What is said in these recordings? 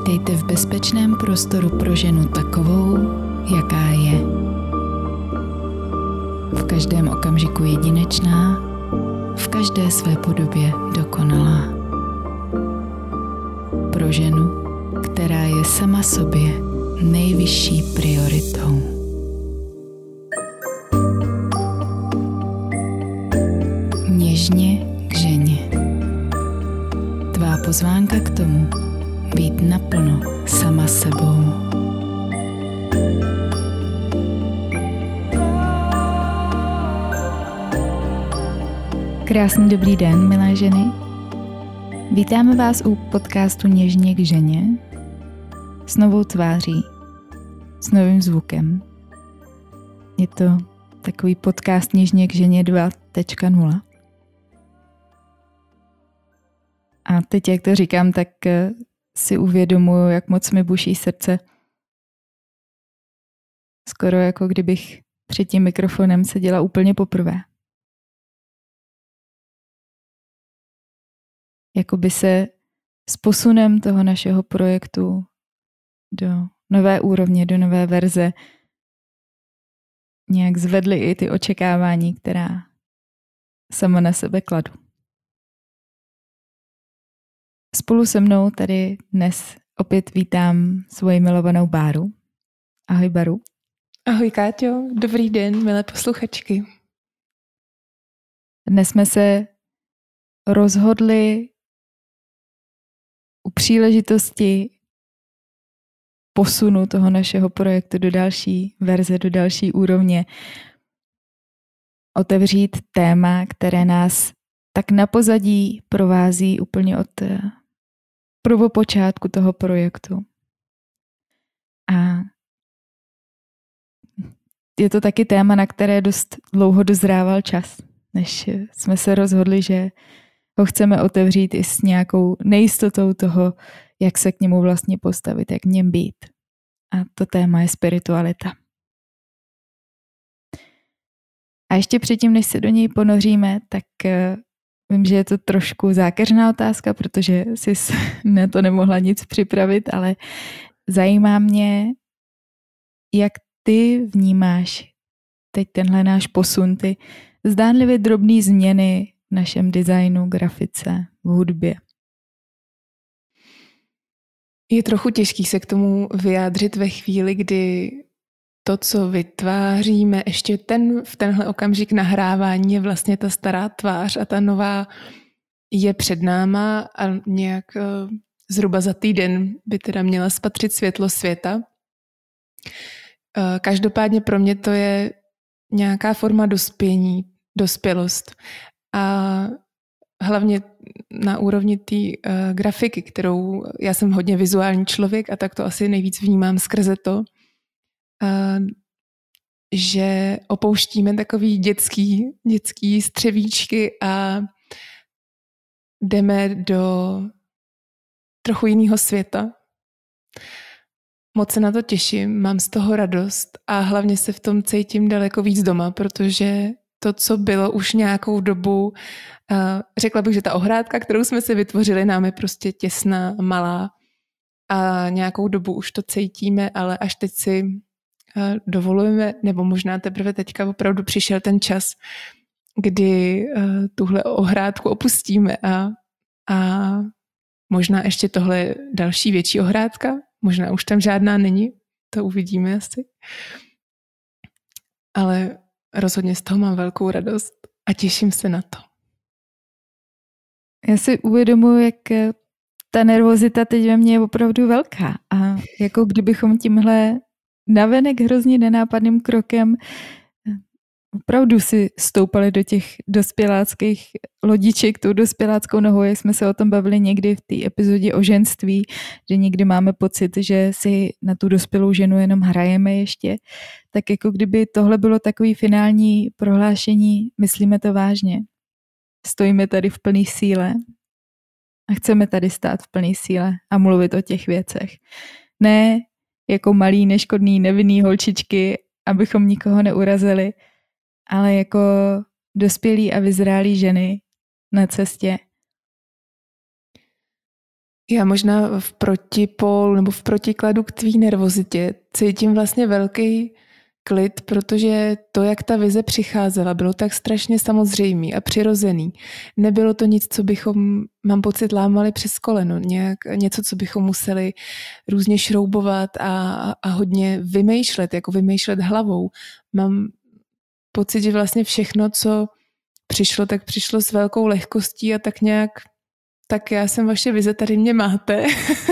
Vítejte v bezpečném prostoru pro ženu takovou, jaká je. V každém okamžiku jedinečná, v každé své podobě dokonalá. Pro ženu, která je sama sobě nejvyšší prioritou. Něžně k ženě. Tvá pozvánka k tomu být naplno sama sebou. Krásný dobrý den, milé ženy. Vítáme vás u podcastu Něžně k ženě s novou tváří, s novým zvukem. Je to takový podcast Něžně k ženě 2.0. A teď, jak to říkám, tak si uvědomuji, jak moc mi buší srdce. Skoro jako kdybych před tím mikrofonem seděla úplně poprvé. Jakoby se s posunem toho našeho projektu do nové úrovně, do nové verze nějak zvedly i ty očekávání, která sama na sebe kladu. Spolu se mnou tady dnes opět vítám svoji milovanou Báru. Ahoj, Baru. Ahoj, Káťo. Dobrý den, milé posluchačky. Dnes jsme se rozhodli u příležitosti posunu toho našeho projektu do další verze, do další úrovně otevřít téma, které nás tak na pozadí provází úplně od prvopočátku toho projektu. A je to taky téma, na které dost dlouho dozrával čas, než jsme se rozhodli, že ho chceme otevřít i s nějakou nejistotou toho, jak se k němu vlastně postavit, jak v něm být. A to téma je spiritualita. A ještě předtím, než se do něj ponoříme, tak vím, že je to trošku zákeřná otázka, protože jsi na to nemohla nic připravit, ale zajímá mě, jak ty vnímáš teď tenhle náš posun, ty zdánlivě drobné změny v našem designu, grafice, v hudbě. Je trochu těžký se k tomu vyjádřit ve chvíli, kdy to, co vytváříme, ještě v tenhle okamžik nahrávání je vlastně ta stará tvář a ta nová je před náma a nějak zhruba za týden by teda měla spatřit světlo světa. Každopádně pro mě to je nějaká forma dospění, dospělost a hlavně na úrovni té grafiky, kterou já jsem hodně vizuální člověk a tak to asi nejvíc vnímám skrze to, že opouštíme takový dětský střevíčky a jdeme do trochu jiného světa. Moc se na to těším, mám z toho radost a hlavně se v tom cítím daleko víc doma, protože to, co bylo už nějakou dobu, řekla bych, že ta ohrádka, kterou jsme si vytvořili, nám je prostě těsná, malá a nějakou dobu už to cítíme, ale až teď si dovolujeme, nebo možná teprve teďka opravdu přišel ten čas, kdy tuhle ohrádku opustíme a možná ještě tohle je další větší ohrádka, možná už tam žádná není, to uvidíme asi. Ale rozhodně z toho mám velkou radost a těším se na to. Já si uvědomuji, jak ta nervozita teď ve mně je opravdu velká a jako kdybychom tímhle navenek hrozně nenápadným krokem opravdu si stoupali do těch dospěláckých lodiček, tou dospěláckou nohou, jak jsme se o tom bavili někdy v té epizodě o ženství, že někdy máme pocit, že si na tu dospělou ženu jenom hrajeme ještě, tak jako kdyby tohle bylo takový finální prohlášení, myslíme to vážně. Stojíme tady v plné síle a chceme tady stát v plné síle a mluvit o těch věcech. Ne jako malý, neškodný, nevinný holčičky, abychom nikoho neurazili, ale jako dospělí a vyzrálí ženy na cestě. Já možná v protipol nebo v protikladu k tvý nervozitě cítím vlastně velký klid, protože to, jak ta vize přicházela, bylo tak strašně samozřejmý a přirozený. Nebylo to nic, co bychom, mám pocit, lámali přes koleno. Něco, co bychom museli různě šroubovat a hodně vymýšlet hlavou. Mám pocit, že vlastně všechno, co přišlo, tak přišlo s velkou lehkostí a tak nějak, tak já jsem vaše vize, tady mě máte.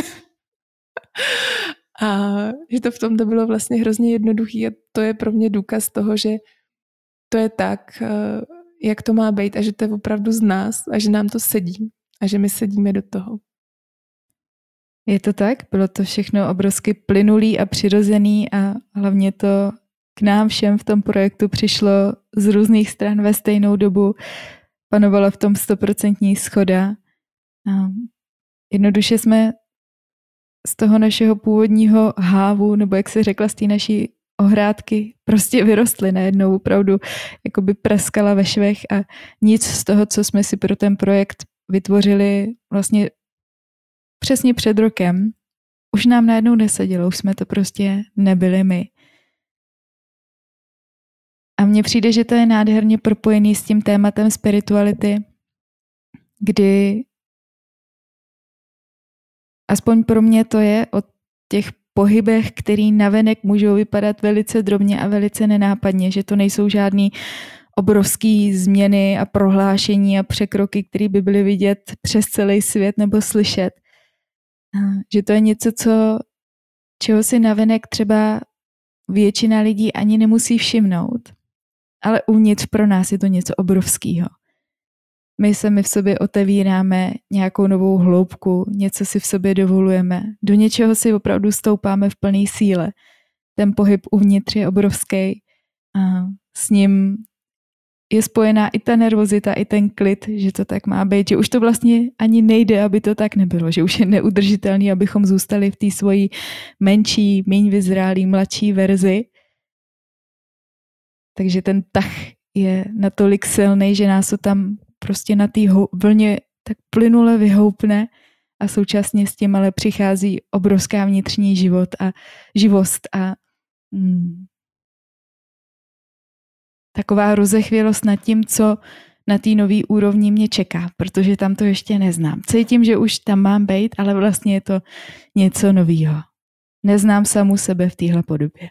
A že to v tomto bylo vlastně hrozně jednoduchý a to je pro mě důkaz toho, že to je tak, jak to má být a že to je opravdu z nás a že nám to sedí a že my sedíme do toho. Je to tak? Bylo to všechno obrovsky plynulý a přirozený a hlavně to k nám všem v tom projektu přišlo z různých stran ve stejnou dobu. Panovala v tom 100% shoda. A jednoduše jsme z toho našeho původního hávu, nebo jak se řekla, z té naší ohrádky, prostě vyrostly najednou, opravdu jakoby praskala ve švech a nic z toho, co jsme si pro ten projekt vytvořili vlastně přesně před rokem, už nám najednou nesedělo, už jsme to prostě nebyli my. A mně přijde, že to je nádherně propojený s tím tématem spirituality, kdy aspoň pro mě to je o těch pohybech, který navenek můžou vypadat velice drobně a velice nenápadně, že to nejsou žádný obrovský změny a prohlášení a překroky, které by byly vidět přes celý svět nebo slyšet. Že to je něco, čeho si navenek třeba většina lidí ani nemusí všimnout. Ale uvnitř pro nás je to něco obrovského. My sami v sobě otevíráme nějakou novou hloubku, něco si v sobě dovolujeme, do něčeho si opravdu stoupáme v plné síle. Ten pohyb uvnitř je obrovský a s ním je spojená i ta nervozita, i ten klid, že to tak má být, že už to vlastně ani nejde, aby to tak nebylo, že už je neudržitelný, abychom zůstali v té svojí menší, méně vyzrálý, mladší verzi. Takže ten tah je natolik silný, že nás to tam prostě na té vlně tak plynule vyhoupne a současně s tím ale přichází obrovská vnitřní živost a taková rozechvělost nad tím, co na té nový úrovni mě čeká, protože tam to ještě neznám. Cítím, že už tam mám být, ale vlastně je to něco novýho. Neznám samu sebe v téhle podobě.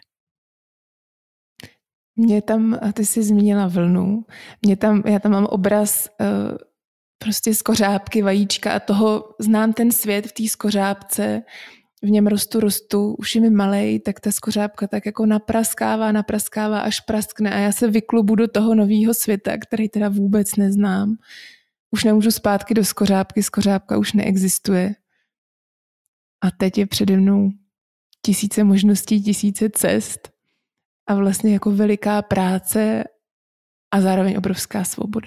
Mě tam, a ty jsi zmínila vlnu, já tam mám obraz prostě skořápky, vajíčka a toho znám ten svět v té skořápce, v něm rostu, už je mi malej, tak ta skořápka tak jako napraskává, až praskne a já se vyklubu do toho nového světa, který teda vůbec neznám. Už nemůžu zpátky do skořápka už neexistuje. A teď je přede mnou tisíce možností, tisíce cest a vlastně jako veliká práce a zároveň obrovská svoboda.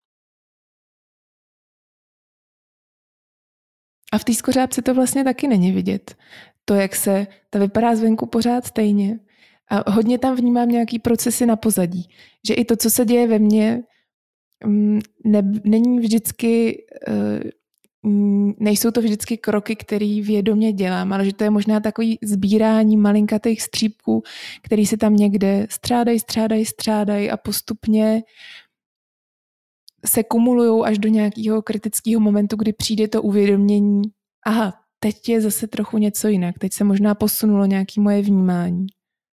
A v té skořápce to vlastně taky není vidět. To, jak se ta vypadá zvenku pořád stejně. A hodně tam vnímám nějaký procesy na pozadí. Že i to, co se děje ve mně, není vždycky, nejsou to vždycky kroky, které vědomě dělám, ale že to je možná takový sbírání malinkatých střípků, který se tam někde střádají a postupně se kumulujou až do nějakého kritického momentu, kdy přijde to uvědomění, aha, teď je zase trochu něco jinak, teď se možná posunulo nějaké moje vnímání.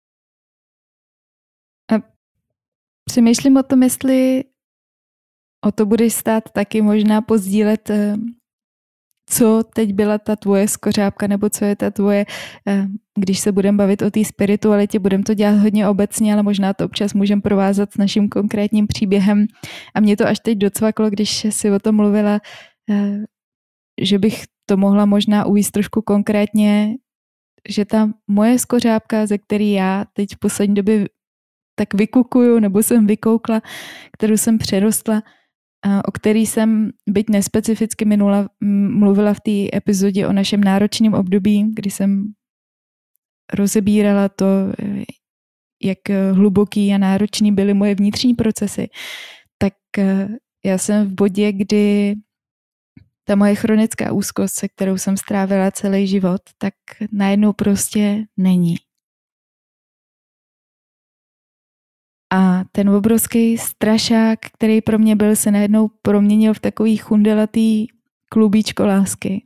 A přemýšlím o tom, jestli o to budeš stát taky možná pozdílet, co teď byla ta tvoje skořápka, nebo co je ta tvoje, když se budeme bavit o té spiritualitě, budeme to dělat hodně obecně, ale možná to občas můžeme provázat s naším konkrétním příběhem. A mě to až teď docvaklo, když si o tom mluvila, že bych to mohla možná uvést trošku konkrétně, že ta moje skořápka, ze který já teď v poslední době tak vykukuju, nebo jsem vykoukla, kterou jsem přerostla, o který jsem, byť nespecificky mluvila v té epizodě o našem náročném období, kdy jsem rozebírala to, jak hluboký a náročný byly moje vnitřní procesy, tak já jsem v bodě, kdy ta moje chronická úzkost, se kterou jsem strávila celý život, tak najednou prostě není. A ten obrovský strašák, který pro mě byl, se najednou proměnil v takový chundelatý klubíčko lásky.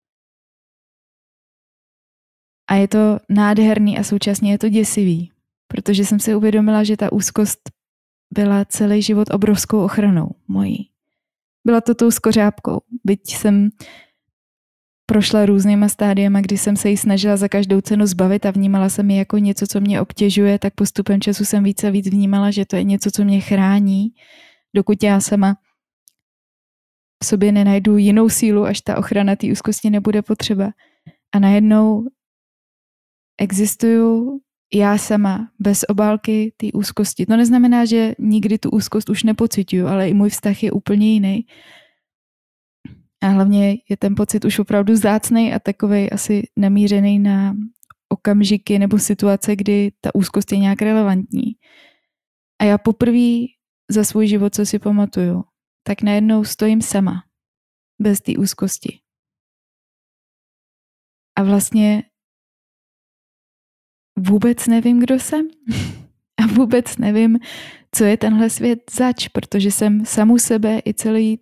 A je to nádherný a současně je to děsivý, protože jsem si uvědomila, že ta úzkost byla celý život obrovskou ochranou mojí. Byla to tou skořápkou, byť jsem prošla různýma stádiema, kdy jsem se jí snažila za každou cenu zbavit a vnímala jsem ji jako něco, co mě obtěžuje, tak postupem času jsem víc a víc vnímala, že to je něco, co mě chrání, dokud já sama v sobě nenajdu jinou sílu, až ta ochrana té úzkosti nebude potřeba. A najednou existuju já sama, bez obálky té úzkosti. To neznamená, že nikdy tu úzkost už nepociťuju, ale i můj vztah je úplně jiný. A hlavně je ten pocit už opravdu vzácnej a takovej asi namířený na okamžiky nebo situace, kdy ta úzkost je nějak relevantní. A já poprvé za svůj život, co si pamatuju, tak najednou stojím sama, bez té úzkosti. A vlastně vůbec nevím, kdo jsem. A vůbec nevím, co je tenhle svět zač, protože jsem samu sebe i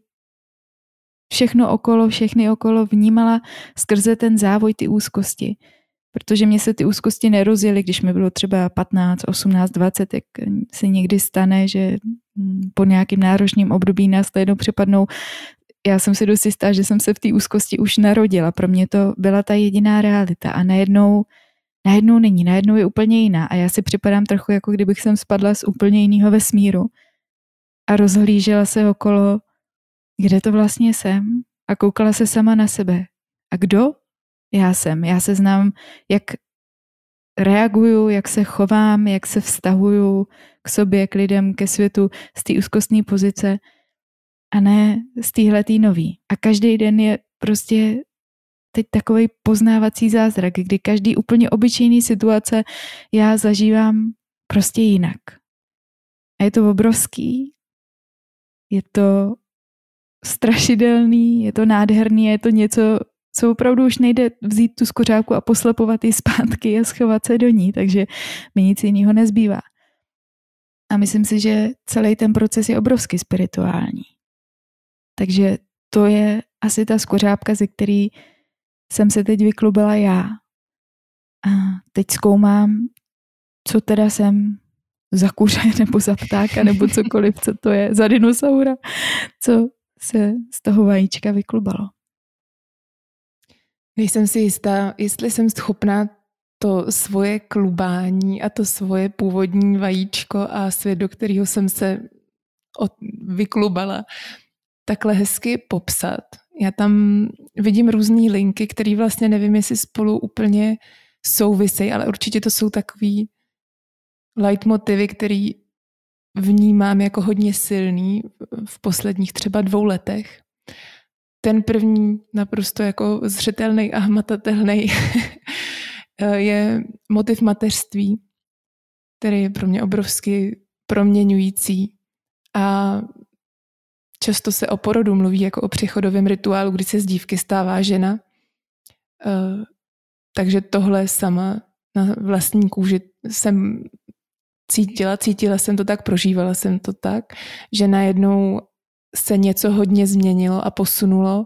všechny okolo vnímala skrze ten závoj ty úzkosti. Protože mě se ty úzkosti nerozjely, když mi bylo třeba 15, 18, 20, jak se někdy stane, že po nějakým náročným období nás najednou přepadnou. Já jsem si dost jistá, že jsem se v té úzkosti už narodila. Pro mě to byla ta jediná realita a najednou není, najednou je úplně jiná a já si připadám trochu, jako kdybych sem spadla z úplně jiného vesmíru a rozhlížela se okolo, kde to vlastně jsem a koukala se sama na sebe. A kdo? Já jsem. Já se znám, jak reaguju, jak se chovám, jak se vztahuju k sobě, k lidem, ke světu z té úzkostné pozice a ne z téhletý nový. A každý den je prostě teď takovej poznávací zázrak, kdy každý úplně obyčejný situace já zažívám prostě jinak. A je to obrovský, je to strašidelný, je to nádherný, je to něco, co opravdu už nejde vzít tu skořápku a poslepovat ji zpátky a schovat se do ní, takže mi nic jiného nezbývá. A myslím si, že celý ten proces je obrovsky spirituální. Takže to je asi ta skořápka, ze který jsem se teď vyklubila já. A teď zkoumám, co teda jsem za kuře, nebo za ptáka, nebo cokoliv, co to je, za dinosaura, co se z toho vajíčka vyklubalo. Nejsem si jistá, jestli jsem schopná to svoje klubání a to svoje původní vajíčko a svět, do kterého jsem se vyklubala, takhle hezky popsat. Já tam vidím různý linky, které vlastně nevím, jestli spolu úplně souvisejí, ale určitě to jsou takový leitmotivy, který vnímám jako hodně silný v posledních třeba 2 letech. Ten první naprosto jako zřetelný a hmatatelný je motiv mateřství, který je pro mě obrovsky proměňující a často se o porodu mluví jako o přechodovém rituálu, kdy se z dívky stává žena. Takže tohle sama na vlastní kůži jsem cítila jsem to tak, prožívala jsem to tak, že najednou se něco hodně změnilo a posunulo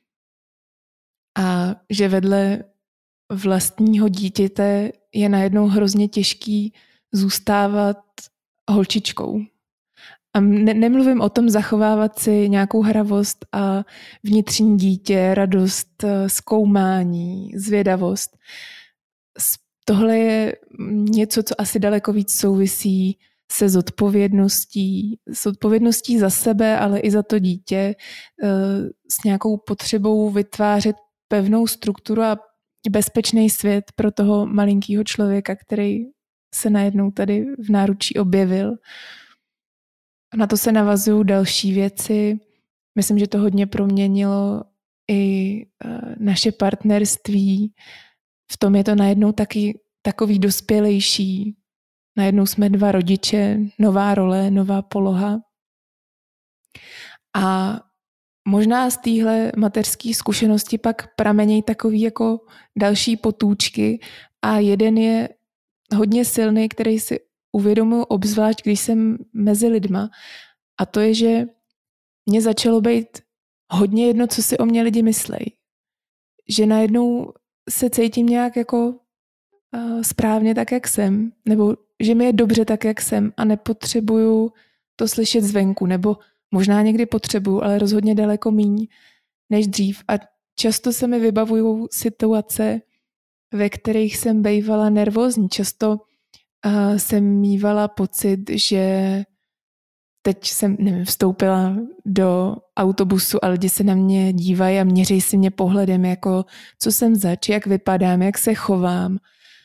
a že vedle vlastního dítěte je najednou hrozně těžký zůstávat holčičkou. A nemluvím o tom zachovávat si nějakou hravost a vnitřní dítě, radost, zkoumání, zvědavost. Tohle je něco, co asi daleko víc souvisí se zodpovědností za sebe, ale i za to dítě, s nějakou potřebou vytvářet pevnou strukturu a bezpečný svět pro toho malinkého člověka, který se najednou tady v náručí objevil. Na to se navazují další věci. Myslím, že to hodně proměnilo i naše partnerství. V tom je to najednou taky takový dospělejší. Najednou jsme 2 rodiče, nová role, nová poloha. A možná z téhle mateřské zkušenosti pak pramenějí takový jako další potůčky a jeden je hodně silný, který si uvědomuji obzvlášť, když jsem mezi lidma, a to je, že mně začalo být hodně jedno, co si o mě lidi myslejí. Že najednou se cítím nějak jako správně tak, jak jsem, nebo že mi je dobře tak, jak jsem a nepotřebuju to slyšet zvenku, nebo možná někdy potřebuju, ale rozhodně daleko míň než dřív. A často se mi vybavují situace, ve kterých jsem bývala nervózní. Často jsem mívala pocit, že teď jsem, vstoupila do autobusu a lidi se na mě dívají a měří si mě pohledem, jako co jsem zač, jak vypadám, jak se chovám.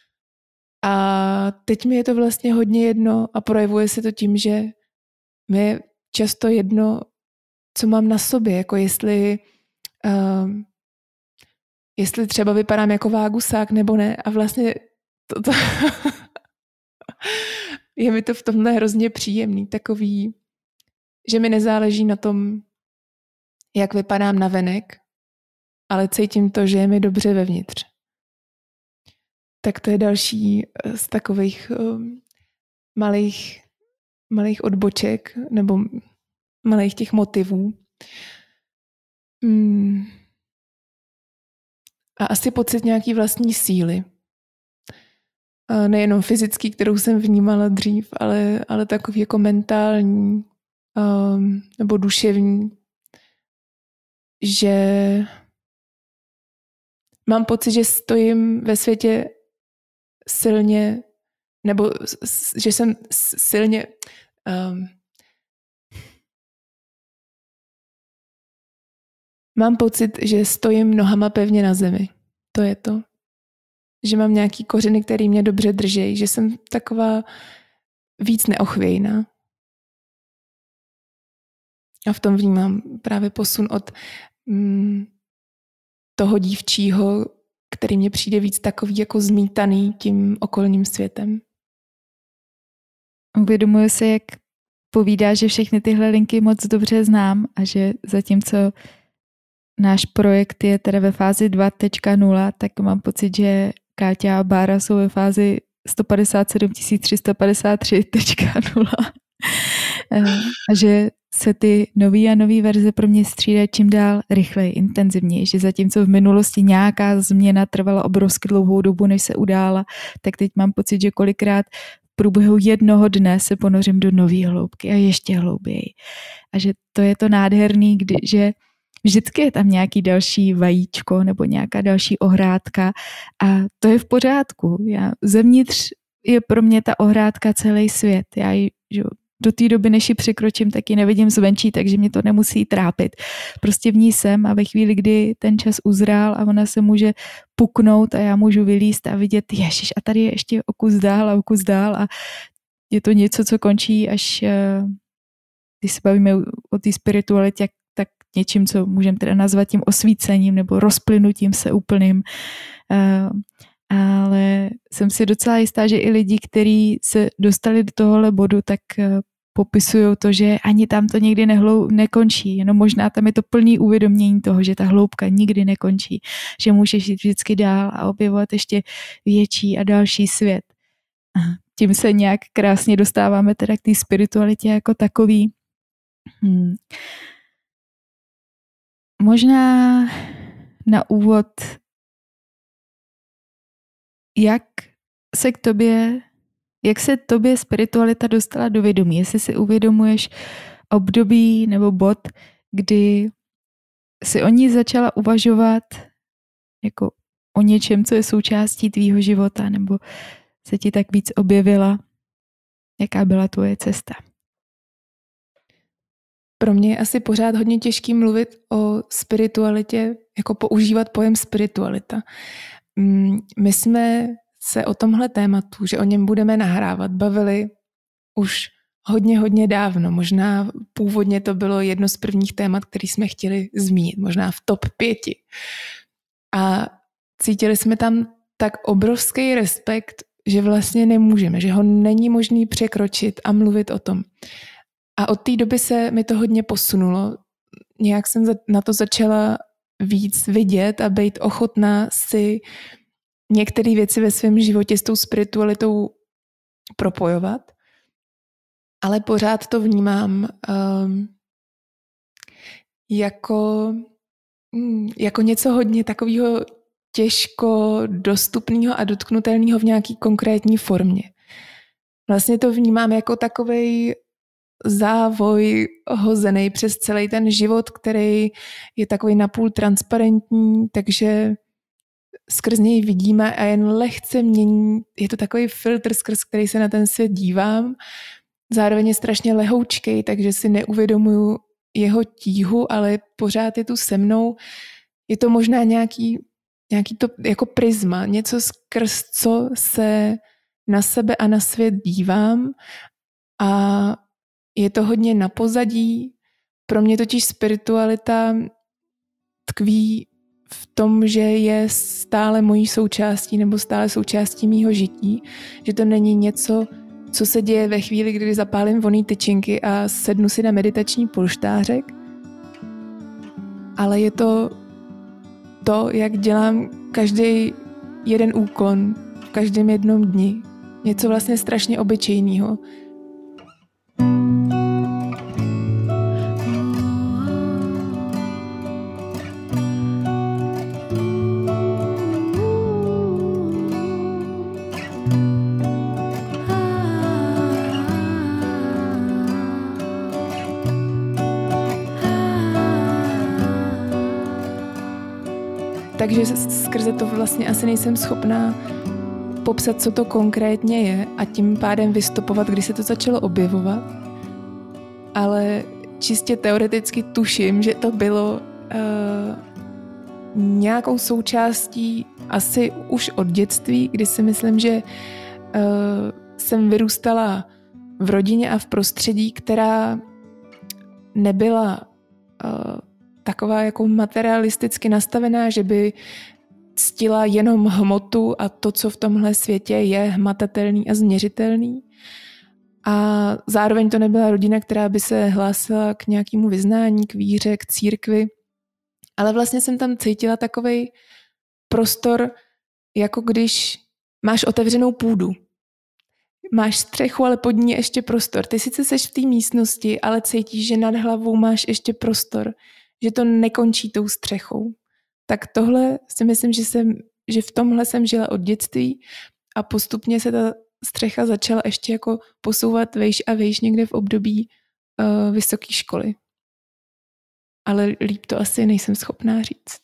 A teď mi je to vlastně hodně jedno a projevuje se to tím, že mi je často jedno, co mám na sobě, jako jestli třeba vypadám jako vágusák nebo ne. A vlastně to je mi to v tomhle hrozně příjemný, takový, že mi nezáleží na tom, jak vypadám navenek, ale cítím to, že je mi dobře vevnitř. Tak to je další z takových malých odboček nebo malých těch motivů. A asi pocit nějaký vlastní síly. A nejenom fyzický, kterou jsem vnímala dřív, ale takový jako mentální nebo duševní, že mám pocit, že stojím ve světě silně, nebo že jsem silně mám pocit, že stojím nohama pevně na zemi. To je to. Že mám nějaký kořeny, který mě dobře drží, že jsem taková víc neochvějná. A v tom vnímám právě posun od toho dívčího, který mně přijde víc takový jako zmítaný tím okolním světem. Uvědomuji se, jak povídá, že všechny tyhle linky moc dobře znám a že zatímco náš projekt je teda ve fázi 2.0, tak mám pocit, že Káťa a Bára jsou ve fázi 157 353.0 a že se ty nový a nový verze pro mě střídají čím dál rychleji, intenzivněji, že zatímco v minulosti nějaká změna trvala obrovsky dlouhou dobu, než se udála, tak teď mám pocit, že kolikrát v průběhu jednoho dne se ponořím do nový hloubky a ještě hlouběji. A že to je to nádherný, že vždycky je tam nějaký další vajíčko nebo nějaká další ohrádka a to je v pořádku. Zevnitř je pro mě ta ohrádka celý svět. Já ji do té doby, než ji překročím, tak ji nevidím zvenčí, takže mě to nemusí trápit. Prostě v ní jsem a ve chvíli, kdy ten čas uzrál a ona se může puknout a já můžu vylízt a vidět, ježiš, a tady je ještě o kus dál a je to něco, co končí až, když se bavíme o té spiritualitě, tak něčím, co můžeme teda nazvat tím osvícením nebo rozplynutím se úplným. Ale jsem si docela jistá, že i lidi, kteří se dostali do tohohle bodu, tak popisují to, že ani tam to nikdy nekončí. Jenom možná tam je to plný uvědomění toho, že ta hloubka nikdy nekončí. Že můžeš jít vždycky dál a objevovat ještě větší a další svět. A tím se nějak krásně dostáváme teda k té spiritualitě jako takový. Možná na úvod, jak se tobě spiritualita dostala do vědomí? Jestli si uvědomuješ období nebo bod, kdy si o ní začala uvažovat jako o něčem, co je součástí tvýho života, nebo se ti tak víc objevila? Jaká byla tvoje cesta? Pro mě je asi pořád hodně těžký mluvit o spiritualitě, jako používat pojem spiritualita. My jsme se o tomhle tématu, že o něm budeme nahrávat, bavili už hodně dávno. Možná původně to bylo jedno z prvních témat, který jsme chtěli zmínit, možná v top 5. A cítili jsme tam tak obrovský respekt, že vlastně nemůžeme, že ho není možný překročit a mluvit o tom. A od té doby se mi to hodně posunulo. nějak jsem na to začala víc vidět a být ochotná si některé věci ve svém životě s tou spiritualitou propojovat. Ale pořád to vnímám jako něco hodně takového těžko dostupného a dotknutelného v nějaký konkrétní formě. Vlastně to vnímám jako takovej závoj hozený přes celý ten život, který je takový napůl transparentní, takže skrz něj vidíme a jen lehce mění. Je to takový filtr, skrz který se na ten svět dívám. Zároveň je strašně lehoučkej, takže si neuvědomuju jeho tíhu, ale pořád je tu se mnou. Je to možná nějaký to jako prisma, něco skrz co se na sebe a na svět dívám a je to hodně na pozadí. Pro mě totiž spiritualita tkví v tom, že je stále mojí součástí nebo stále součástí mýho žití, že to není něco, co se děje ve chvíli, kdy zapálím voný tyčinky a sednu si na meditační polštářek, ale je to, jak dělám každý jeden úkon v každém jednom dni. Něco vlastně strašně obyčejného. Takže skrze to vlastně asi nejsem schopná popsat, co to konkrétně je a tím pádem vystopovat, kdy se to začalo objevovat. Ale čistě teoreticky tuším, že to bylo nějakou součástí asi už od dětství, kdy si myslím, že jsem vyrůstala v rodině a v prostředí, která nebyla taková jako materialisticky nastavená, že by ctila jenom hmotu a to, co v tomhle světě je hmatatelný a změřitelný. A zároveň to nebyla rodina, která by se hlásila k nějakému vyznání, k víře, k církvi. Ale vlastně jsem tam cítila takovej prostor, jako když máš otevřenou půdu. Máš střechu, ale pod ní je ještě prostor. Ty sice seš v té místnosti, ale cítíš, že nad hlavou máš ještě prostor, že to nekončí tou střechou. Tak tohle si myslím, že v tomhle jsem žila od dětství a postupně se ta střecha začala ještě jako posouvat vejš a vejš někde v období vysoké školy. Ale líp to asi nejsem schopná říct.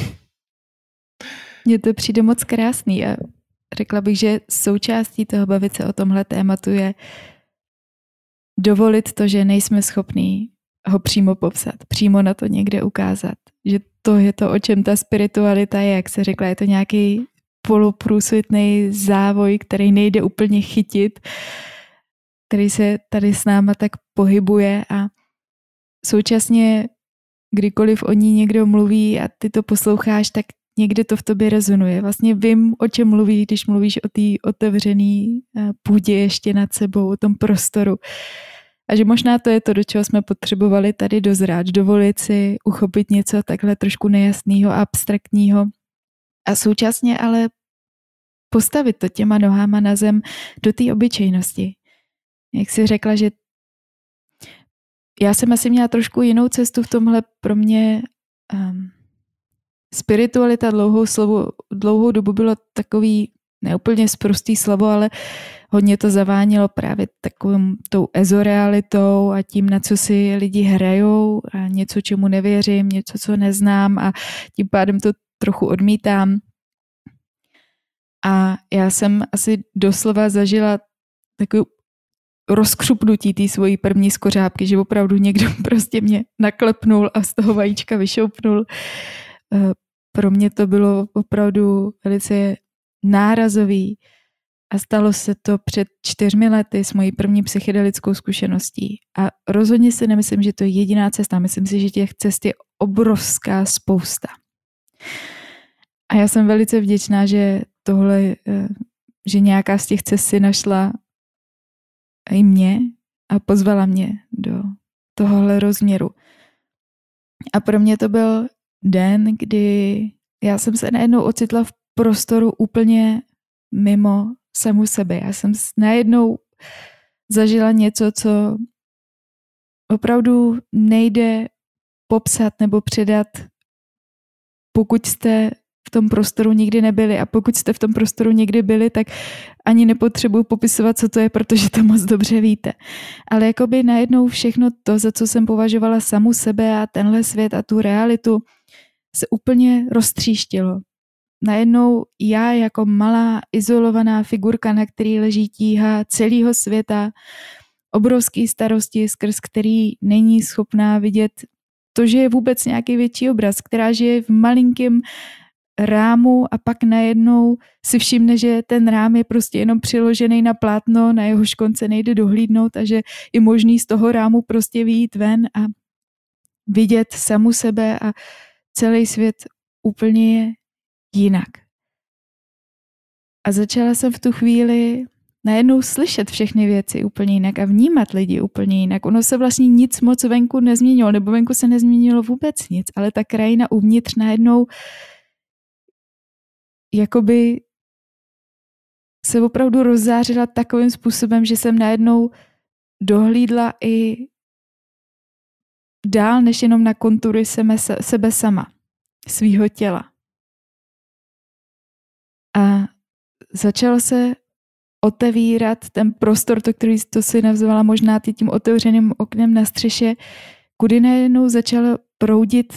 Mně to přijde moc krásný a řekla bych, že součástí toho bavit se o tomhle tématu je dovolit to, že nejsme schopní ho přímo popsat, přímo na to někde ukázat. Že to je to, o čem ta spiritualita je, jak se řekla, je to nějaký poloprůsvitný závoj, který nejde úplně chytit, který se tady s náma tak pohybuje a současně kdykoliv o ní někdo mluví a ty to posloucháš, tak někde to v tobě rezonuje. Vlastně vím, o čem mluvíš, když mluvíš o té otevřené půdě ještě nad sebou, o tom prostoru. A že možná to je to, do čeho jsme potřebovali tady dozrát, dovolit si uchopit něco takhle trošku nejasného a abstraktního a současně ale postavit to těma nohama na zem do té obyčejnosti. Jak jsi řekla, že já jsem asi měla trošku jinou cestu v tomhle. Pro mě spiritualita dlouhou dobu bylo takový neúplně sprostý slovo, ale hodně to zavánělo právě takovou tou ezorealitou a tím, na co si lidi hrajou a něco, čemu nevěřím, něco, co neznám a tím pádem to trochu odmítám. A já jsem asi doslova zažila takovou rozkřupnutí té svojí první skořápky, že opravdu někdo prostě mě naklepnul a z toho vajíčka vyšoupnul. Pro mě to bylo opravdu velice nárazový a stalo se to před 4 lety s mojí první psychedelickou zkušeností. A rozhodně si nemyslím, že to je jediná cesta. Myslím si, že těch cest je obrovská spousta. A já jsem velice vděčná, že že nějaká z těch cest si našla i mě a pozvala mě do tohohle rozměru. A pro mě to byl den, kdy já jsem se najednou ocitla v prostoru úplně mimo samu sebe. Já jsem najednou zažila něco, co opravdu nejde popsat nebo předat, pokud jste v tom prostoru nikdy nebyli. A pokud jste v tom prostoru někdy byli, tak ani nepotřebuji popisovat, co to je, protože to moc dobře víte. Ale jakoby najednou všechno to, za co jsem považovala samu sebe a tenhle svět a tu realitu, se úplně roztříštilo. Najednou já jako malá izolovaná figurka, na který leží tíha celého světa, obrovský starosti, skrz který není schopná vidět to, že je vůbec nějaký větší obraz, která žije v malinkém rámu a pak najednou si všimne, že ten rám je prostě jenom přiložený na plátno, na jehož konce nejde dohlídnout a že je možný z toho rámu prostě vyjít ven a vidět samu sebe a celý svět úplně jinak. A začala jsem v tu chvíli najednou slyšet všechny věci úplně jinak a vnímat lidi úplně jinak. Ono se vlastně nic moc venku nezměnilo, nebo venku se nezměnilo vůbec nic, ale ta krajina uvnitř najednou jakoby se opravdu rozzářila takovým způsobem, že jsem najednou dohlídla i dál, než jenom na kontury sebe sama, svýho těla. A začal se otevírat ten prostor, to si nazvala možná tím otevřeným oknem na střeše, kudy najednou začalo proudit,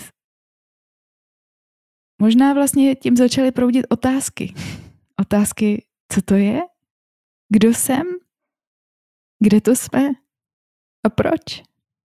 možná vlastně tím začaly proudit otázky. Otázky, co to je? Kdo jsem? Kde to jsme? A proč?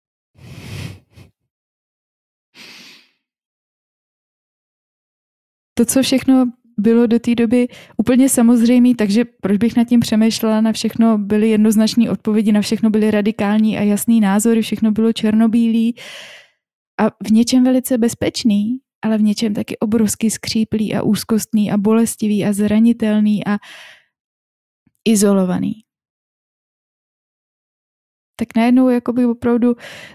To, co všechno bylo do té doby úplně samozřejmé, takže proč bych nad tím přemýšlela, na všechno byly jednoznačné odpovědi, na všechno byly radikální a jasný názory, všechno bylo černobílý a v něčem velice bezpečný, ale v něčem taky obrovsky skříplý a úzkostný a bolestivý a zranitelný a izolovaný. Tak najednou jakoby opravdu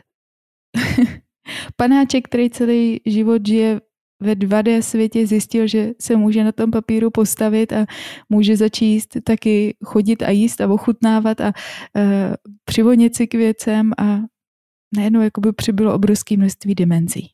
panáček, který celý život žije ve 2D světě, zjistil, že se může na tom papíru postavit a může začít taky chodit a jíst a ochutnávat a přivonit si k věcem a najednou jakoby přibylo obrovské množství dimenzí.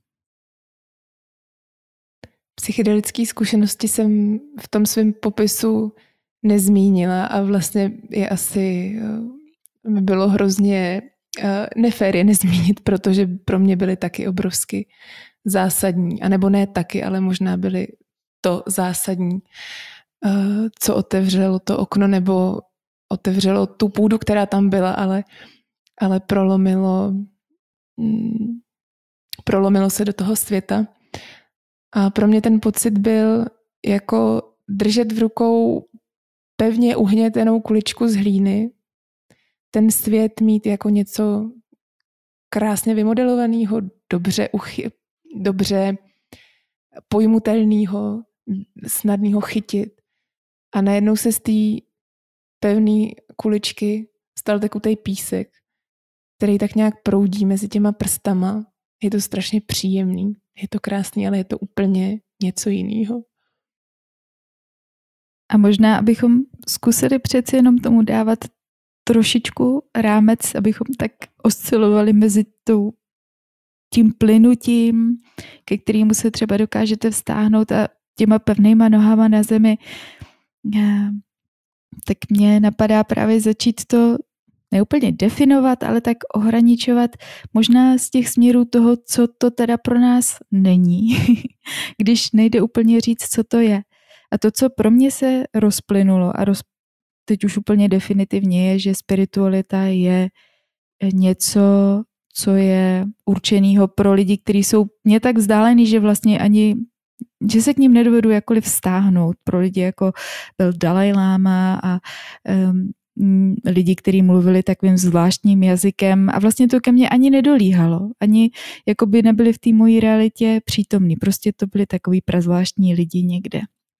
Psychedelické zkušenosti jsem v tom svém popisu nezmínila a vlastně je asi by bylo hrozně nefér je nezmínit, protože pro mě byly taky obrovsky zásadní, anebo ne taky, ale možná byly to zásadní, co otevřelo to okno nebo otevřelo tu půdu, která tam byla, ale prolomilo se do toho světa. A pro mě ten pocit byl jako držet v rukou pevně uhnětenou kuličku z hlíny, ten svět mít jako něco krásně vymodelovaného, dobře pojmutelného, snadného chytit. A najednou se z té pevné kuličky stal tekutej písek, který tak nějak proudí mezi těma prstama. Je to strašně příjemný, je to krásný, ale je to úplně něco jiného. A možná, abychom zkusili přeci jenom tomu dávat trošičku rámec, abychom tak oscilovali mezi tím plynutím, ke kterému se třeba dokážete vztáhnout a těma pevnýma nohama na zemi. Tak mě napadá právě začít to neúplně definovat, ale tak ohraničovat možná z těch směrů toho, co to teda pro nás není, když nejde úplně říct, co to je. A to, co pro mě se rozplynulo a teď už úplně definitivně je, že spiritualita je něco, co je určenýho pro lidi, kteří jsou mě tak vzdálený, že vlastně ani, že se k ním nedovedu jakkoliv vztáhnout. Pro lidi jako byl Dalaj Láma a lidi, kteří mluvili takovým zvláštním jazykem a vlastně to ke mně ani nedolíhalo. Ani jakoby nebyli v té mojí realitě přítomní. Prostě to byli takový prazvláštní lidi někde.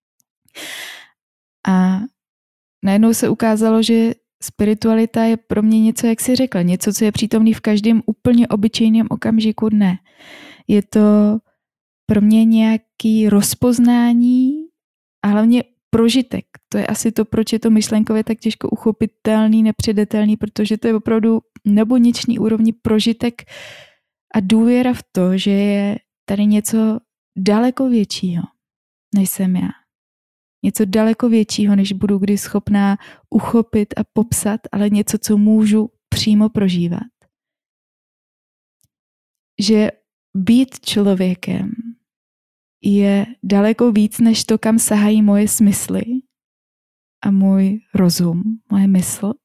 A najednou se ukázalo, že spiritualita je pro mě něco, jak jsi řekla, něco, co je přítomný v každém úplně obyčejném okamžiku dne. Je to pro mě nějaký rozpoznání a hlavně prožitek. To je asi to, proč je to myšlenkově tak těžko uchopitelný, nepředetelný, protože to je opravdu nebuněčný úrovni prožitek a důvěra v to, že je tady něco daleko většího, než jsem já. Něco daleko většího, než budu kdy schopná uchopit a popsat, ale něco, co můžu přímo prožívat. Že být člověkem je daleko víc, než to, kam sahají moje smysly a můj rozum, moje mysl.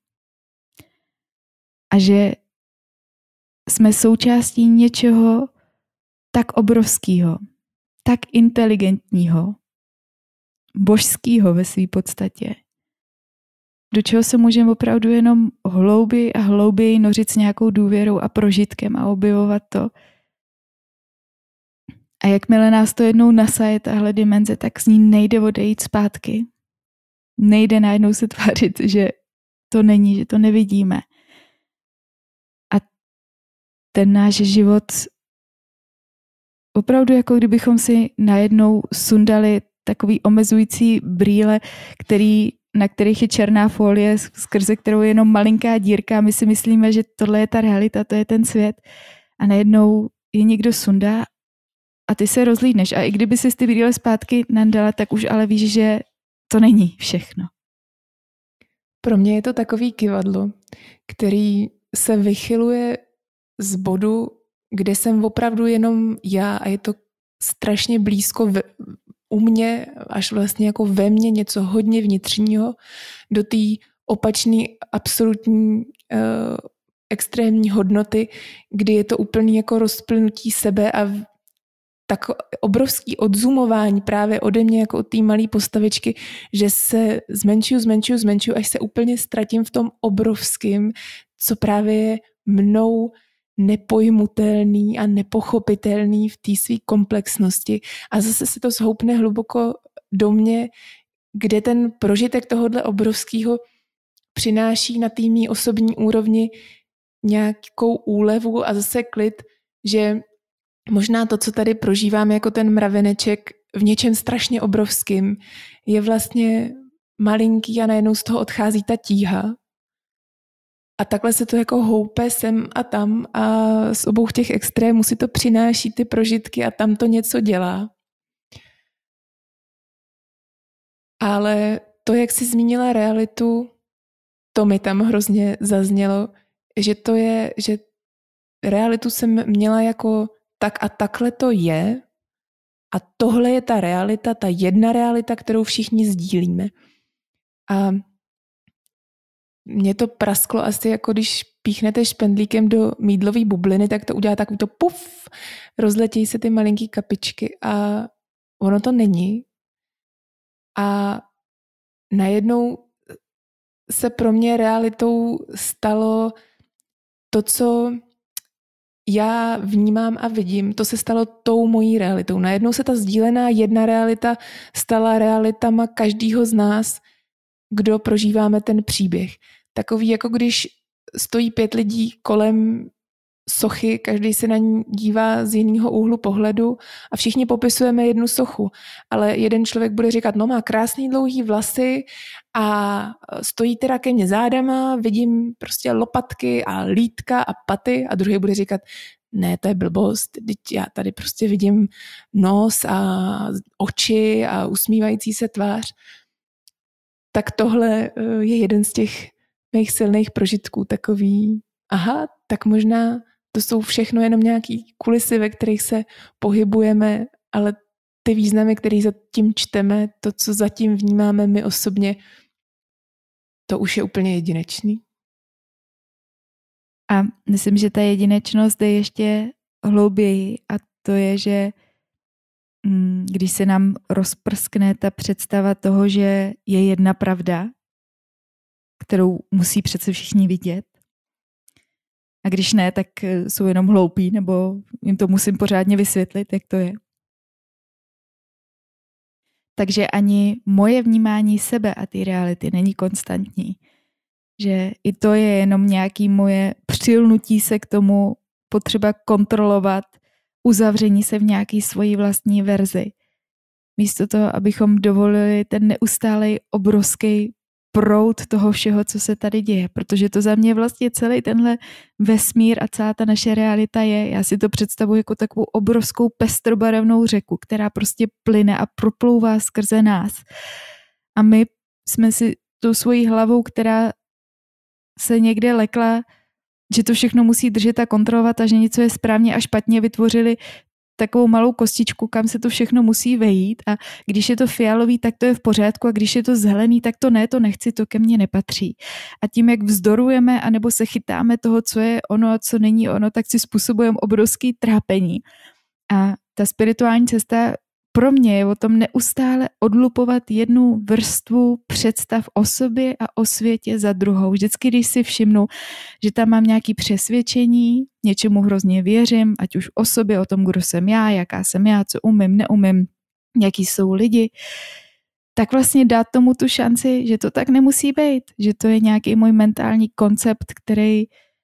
A že jsme součástí něčeho tak obrovského, tak inteligentního, božského ve své podstatě, do čeho se můžeme opravdu jenom hlouběji a hlouběji nořit s nějakou důvěrou a prožitkem a objevovat to. A jakmile nás to jednou nasaje tahle dimenze, tak z ní nejde odejít zpátky. Nejde najednou se tvářit, že to není, že to nevidíme. A ten náš život opravdu jako kdybychom si najednou sundali takový omezující brýle, na kterých je černá folie, skrze kterou je jenom malinká dírka a my si myslíme, že tohle je ta realita, to je ten svět. A najednou je někdo sundá a ty se rozlídneš. A i kdyby si ty brýle zpátky nandala, tak už ale víš, že to není všechno. Pro mě je to takový kyvadlo, který se vychyluje z bodu, kde jsem opravdu jenom já a je to strašně blízko u mě, až vlastně jako ve mně něco hodně vnitřního, do té opačné absolutní extrémní hodnoty, kdy je to úplný jako rozplynutí sebe a tak obrovský odzumování právě ode mě jako od té malé postavičky, že se zmenšuju, až se úplně ztratím v tom obrovským, co právě je mnou nepojmutelný a nepochopitelný v té své komplexnosti. A zase se to zhoupne hluboko do mě, kde ten prožitek tohohle obrovského přináší na té mý osobní úrovni nějakou úlevu a zase klid, že možná to, co tady prožívám jako ten mraveneček v něčem strašně obrovským, je vlastně malinký a najednou z toho odchází ta tíha. A takhle se to jako houpe sem a tam a z obou těch extrémů si to přináší ty prožitky a tam to něco dělá. Ale to, jak jsi zmínila realitu, to mi tam hrozně zaznělo, že to je, že realitu jsem měla jako tak a takhle to je a tohle je ta realita, ta jedna realita, kterou všichni sdílíme. A mně to prasklo asi jako když píchnete špendlíkem do mýdlové bubliny, tak to udělá takový to puf, rozletějí se ty malinký kapičky a ono to není. A najednou se pro mě realitou stalo to, co já vnímám a vidím, to se stalo tou mojí realitou. Najednou se ta sdílená jedna realita stala realitama každýho z nás, kdo prožíváme ten příběh. Takový, jako když stojí 5 lidí kolem sochy, každý se na ní dívá z jiného úhlu pohledu a všichni popisujeme jednu sochu, ale jeden člověk bude říkat, no má krásný dlouhý vlasy a stojí teda ke mně zádama, vidím prostě lopatky a lítka a paty a druhý bude říkat, ne, to je blbost, já tady prostě vidím nos a oči a usmívající se tvář. Tak tohle je jeden z těch mých silných prožitků, takový, aha, tak možná to jsou všechno jenom nějaký kulisy, ve kterých se pohybujeme, ale ty významy, které za tím čteme, to, co zatím vnímáme my osobně, to už je úplně jedinečný. A myslím, že ta jedinečnost jde ještě hlouběji a to je, že když se nám rozprskne ta představa toho, že je jedna pravda, kterou musí přece všichni vidět, a když ne, tak jsou jenom hloupí, nebo jim to musím pořádně vysvětlit, jak to je. Takže ani moje vnímání sebe a té reality není konstantní. Že i to je jenom nějaké moje přilnutí se k tomu potřeba kontrolovat, uzavření se v nějaký svojí vlastní verzi. Místo toho, abychom dovolili ten neustálej obrovský proud toho všeho, co se tady děje. Protože to za mě vlastně celý tenhle vesmír a celá ta naše realita je. Já si to představuji jako takovou obrovskou pestrobarevnou řeku, která prostě plyne a proplouvá skrze nás. A my jsme si tou svojí hlavou, která se někde lekla, že to všechno musí držet a kontrolovat a že něco je správně a špatně, vytvořili takovou malou kostičku, kam se to všechno musí vejít a když je to fialový, tak to je v pořádku a když je to zelený, tak to ne, to nechci, to ke mně nepatří. A tím, jak vzdorujeme anebo se chytáme toho, co je ono a co není ono, tak si způsobujeme obrovský trápení. A ta spirituální cesta pro mě je o tom neustále odlupovat jednu vrstvu představ o sobě a o světě za druhou. Vždycky, když si všimnu, že tam mám nějaké přesvědčení, něčemu hrozně věřím, ať už o sobě, o tom, kdo jsem já, jaká jsem já, co umím, neumím, jaký jsou lidi, tak vlastně dát tomu tu šanci, že to tak nemusí být, že to je nějaký můj mentální koncept, který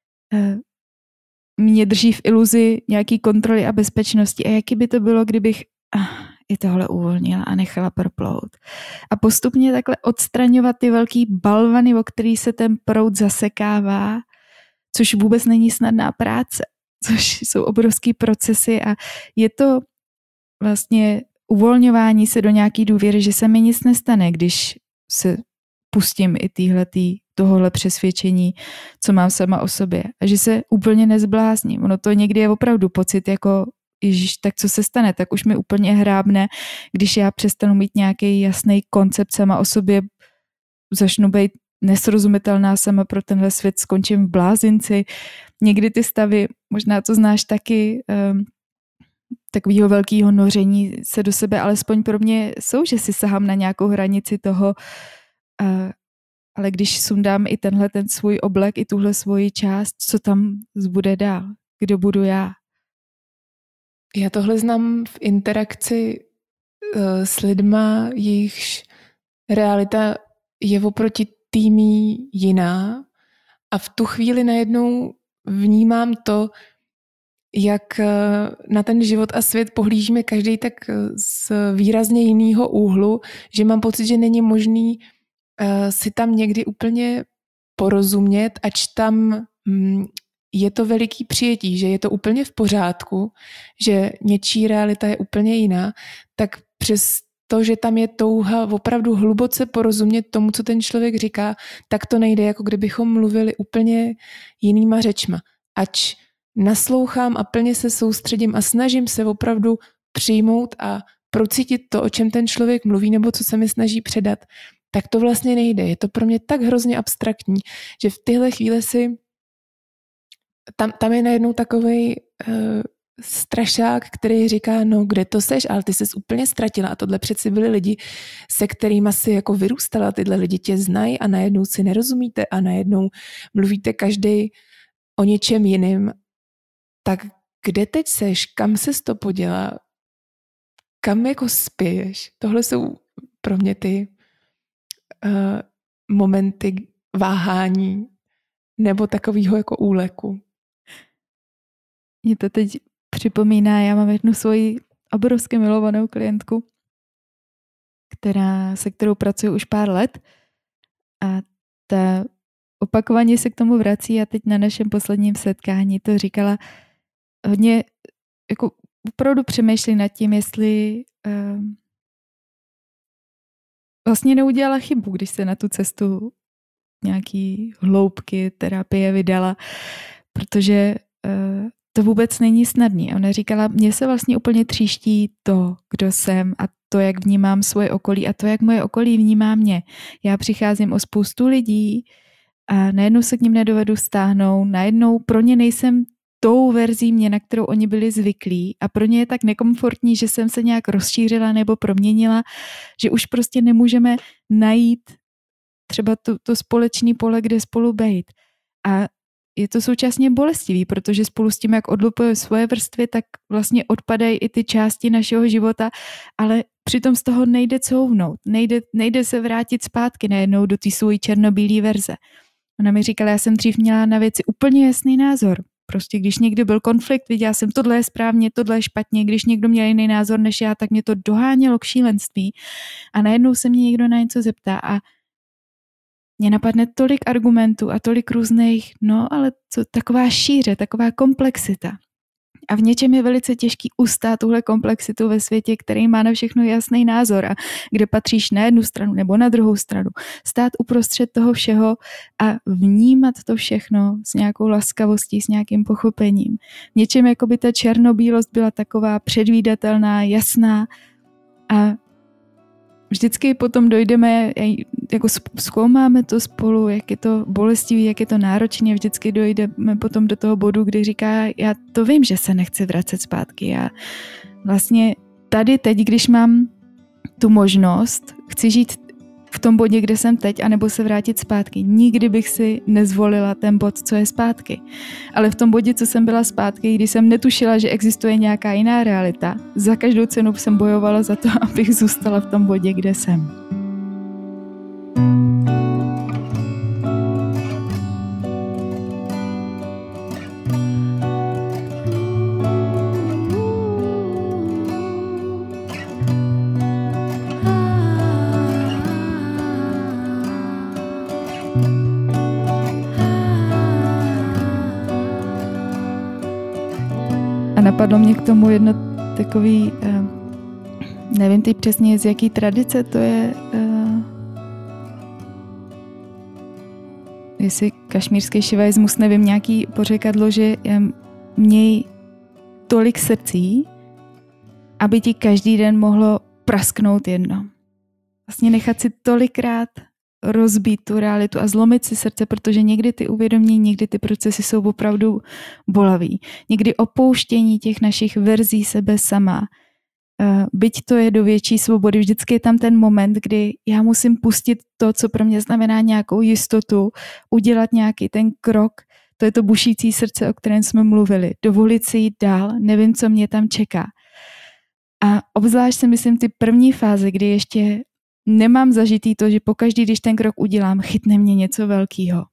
mě drží v iluzi nějaký kontroly a bezpečnosti. A jaký by to bylo, kdybych i tohle uvolnila a nechala proplout. A postupně takhle odstraňovat ty velký balvany, o který se ten proud zasekává, což vůbec není snadná práce, což jsou obrovský procesy a je to vlastně uvolňování se do nějaký důvěry, že se mi nic nestane, když se pustím i tohohle přesvědčení, co mám sama o sobě. A že se úplně nezblázním. Ono to někdy je opravdu pocit jako Ježíš, tak co se stane? Tak už mi úplně hrábne, když já přestanu mít nějaký jasný koncept sama o sobě, začnu být nesrozumitelná sama pro tenhle svět, skončím v blázinci. Někdy ty stavy, možná to znáš taky, takového velkého noření se do sebe, alespoň pro mě jsou, že si sahám na nějakou hranici toho, ale když sundám i ten svůj oblek, i tuhle svoji část, co tam zbude dál? Kdo budu já? Já tohle znám v interakci s lidma, jejichž realita je oproti týmí jiná a v tu chvíli najednou vnímám to, jak na ten život a svět pohlížíme každý tak z výrazně jiného úhlu, že mám pocit, že není možný si tam někdy úplně porozumět, ač tam je to veliký přijetí, že je to úplně v pořádku, že něčí realita je úplně jiná, tak přes to, že tam je touha opravdu hluboce porozumět tomu, co ten člověk říká, tak to nejde, jako kdybychom mluvili úplně jinýma řečma. Ač naslouchám a plně se soustředím a snažím se opravdu přijmout a procítit to, o čem ten člověk mluví nebo co se mi snaží předat, tak to vlastně nejde. Je to pro mě tak hrozně abstraktní, že v tyhle chvíli si tam je najednou takovej strašák, který říká, no kde to seš, ale ty ses úplně ztratila a tohle přeci byli lidi, se kterými si jako vyrůstala, tyhle lidi tě znají a najednou si nerozumíte a najednou mluvíte každý o něčem jiným. Tak kde teď seš, kam ses to podělá, kam jako spěješ? Tohle jsou pro mě ty momenty váhání nebo takového jako úleku. Mě to teď připomíná, já mám jednu svoji obrovsky milovanou klientku, se kterou pracuji už pár let a ta opakovaně se k tomu vrací a teď na našem posledním setkání to říkala hodně, jako opravdu přemýšlí nad tím, jestli vlastně neudělala chybu, když se na tu cestu nějaký hloubky terapie vydala, protože to vůbec není snadný. A ona říkala, mně se vlastně úplně tříští to, kdo jsem a to, jak vnímám svoje okolí a to, jak moje okolí vnímá mě. Já přicházím o spoustu lidí a najednou se k nim nedovedu stáhnout, najednou pro ně nejsem tou verzí mě, na kterou oni byli zvyklí a pro ně je tak nekomfortní, že jsem se nějak rozšířila nebo proměnila, že už prostě nemůžeme najít třeba to společný pole, kde spolu bejt. A je to současně bolestivý, protože spolu s tím, jak odlupujeme svoje vrstvy, tak vlastně odpadají i ty části našeho života, ale přitom z toho nejde couvnout, nejde se vrátit zpátky najednou do té svojí černobílé verze. Ona mi říkala, já jsem dřív měla na věci úplně jasný názor. Prostě když někdy byl konflikt, viděla jsem, tohle je správně, tohle je špatně, když někdo měl jiný názor než já, tak mě to dohánělo k šílenství a najednou se mě někdo na něco zeptá a mě napadne tolik argumentů a tolik různých, ale taková šíře, taková komplexita. A v něčem je velice těžký ustát tuhle komplexitu ve světě, který má na všechno jasný názor a kde patříš na jednu stranu nebo na druhou stranu. Stát uprostřed toho všeho a vnímat to všechno s nějakou laskavostí, s nějakým pochopením. V něčem jako by ta černobílost byla taková předvídatelná, jasná a vždycky potom dojdeme, jako zkoumáme to spolu, jak je to bolestivý, jak je to náročné, vždycky dojdeme potom do toho bodu, kdy říká, já to vím, že se nechci vracet zpátky. Já vlastně tady teď, když mám tu možnost, chci žít v tom bodě, kde jsem teď, anebo se vrátit zpátky. Nikdy bych si nezvolila ten bod, co je zpátky. Ale v tom bodě, co jsem byla zpátky, když jsem netušila, že existuje nějaká jiná realita, za každou cenu jsem bojovala za to, abych zůstala v tom bodě, kde jsem. Napadlo mě k tomu jedno takový, nevím teď přesně z jaký tradice to je, jestli kašmírský šivaismus, nevím, nějaký pořekadlo, že měj tolik srdcí, aby ti každý den mohlo prasknout jedno. Vlastně nechat si tolikrát rozbít tu realitu a zlomit si srdce, protože někdy ty uvědomění, někdy ty procesy jsou opravdu bolavý. Někdy opouštění těch našich verzí sebe sama, byť to je do větší svobody, vždycky je tam ten moment, kdy já musím pustit to, co pro mě znamená nějakou jistotu, udělat nějaký ten krok, to je to bušící srdce, o kterém jsme mluvili, dovolit si jít dál, nevím, co mě tam čeká. A obzvlášť si myslím ty první fáze, kdy ještě nemám zažitý to, že pokaždý, když ten krok udělám, chytne mě něco velkého.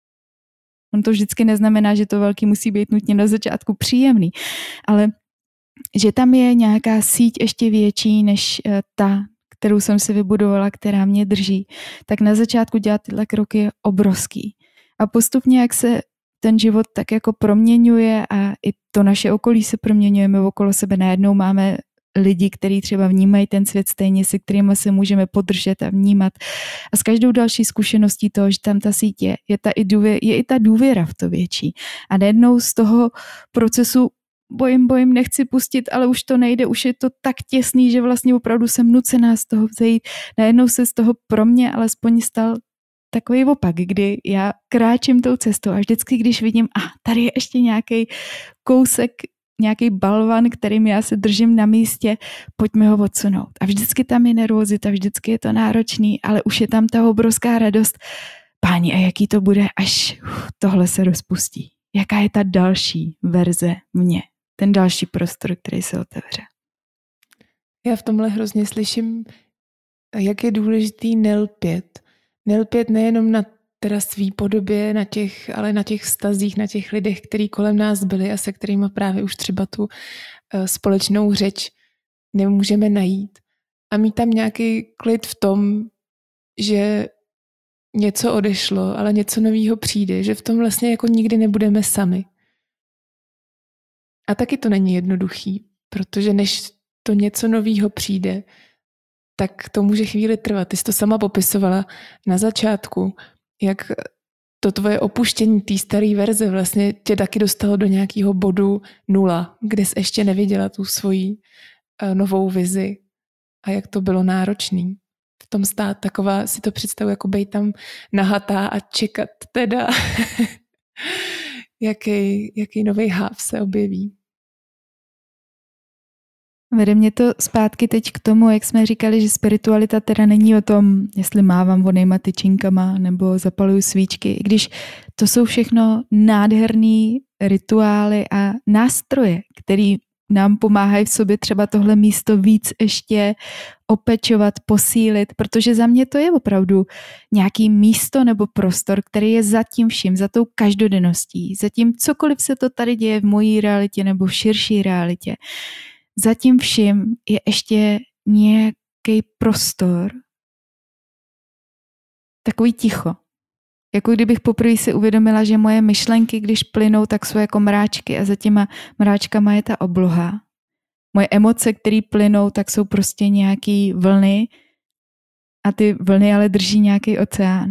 On to vždycky neznamená, že to velký musí být nutně na začátku příjemný, ale že tam je nějaká síť ještě větší než ta, kterou jsem si vybudovala, která mě drží, tak na začátku dělat tyhle kroky je obrovský. A postupně, jak se ten život tak jako proměňuje a i to naše okolí se proměňuje, my okolo sebe najednou máme lidi, kteří třeba vnímají ten svět stejně, se kterými se můžeme podržet a vnímat. A s každou další zkušeností toho, že tam ta síť je i ta důvěra v to větší. A najednou z toho procesu bojím, nechci pustit, ale už to nejde, už je to tak těsný, že vlastně opravdu jsem nucená z toho vzejít. Najednou se z toho pro mě alespoň stal takový opak, kdy já kráčím tou cestou a vždycky, když vidím, tady je ještě nějaký kousek, nějaký balvan, kterým já se držím na místě, pojďme ho odsunout. A vždycky tam je nervozita, vždycky je to náročný, ale už je tam ta obrovská radost. Páni, a jaký to bude, až tohle se rozpustí? Jaká je ta další verze mě? Ten další prostor, který se otevře. Já v tomhle hrozně slyším, jak je důležitý nelpět. Nelpět nejenom na teda svý podobě, ale na těch vztazích, na těch lidech, který kolem nás byli a se kterými právě už třeba tu společnou řeč nemůžeme najít. A mít tam nějaký klid v tom, že něco odešlo, ale něco nového přijde, že v tom vlastně jako nikdy nebudeme sami. A taky to není jednoduchý, protože než to něco nového přijde, tak to může chvíli trvat. Ty jsi to sama popisovala na začátku, jak to tvoje opuštění té staré verze vlastně tě taky dostalo do nějakého bodu 0, kde jsi ještě neviděla tu svoji novou vizi a jak to bylo náročný. V tom stát taková, si to představuji, jako bejt tam nahatá a čekat teda, jaký nový háv se objeví. Vede mě to zpátky teď k tomu, jak jsme říkali, že spiritualita teda není o tom, jestli mávám vonejma tyčinkama nebo zapaluju svíčky, i když to jsou všechno nádherný rituály a nástroje, který nám pomáhají v sobě třeba tohle místo víc ještě opečovat, posílit, protože za mě to je opravdu nějaký místo nebo prostor, který je za tím vším, za tou každodenností, za tím cokoliv se to tady děje v mojí realitě nebo v širší realitě. Za tím vším je ještě nějaký prostor, takový ticho. Jako kdybych poprvé si uvědomila, že moje myšlenky, když plynou, tak jsou jako mráčky a za těma mráčkama je ta obloha. Moje emoce, které plynou, tak jsou prostě nějaký vlny a ty vlny ale drží nějaký oceán.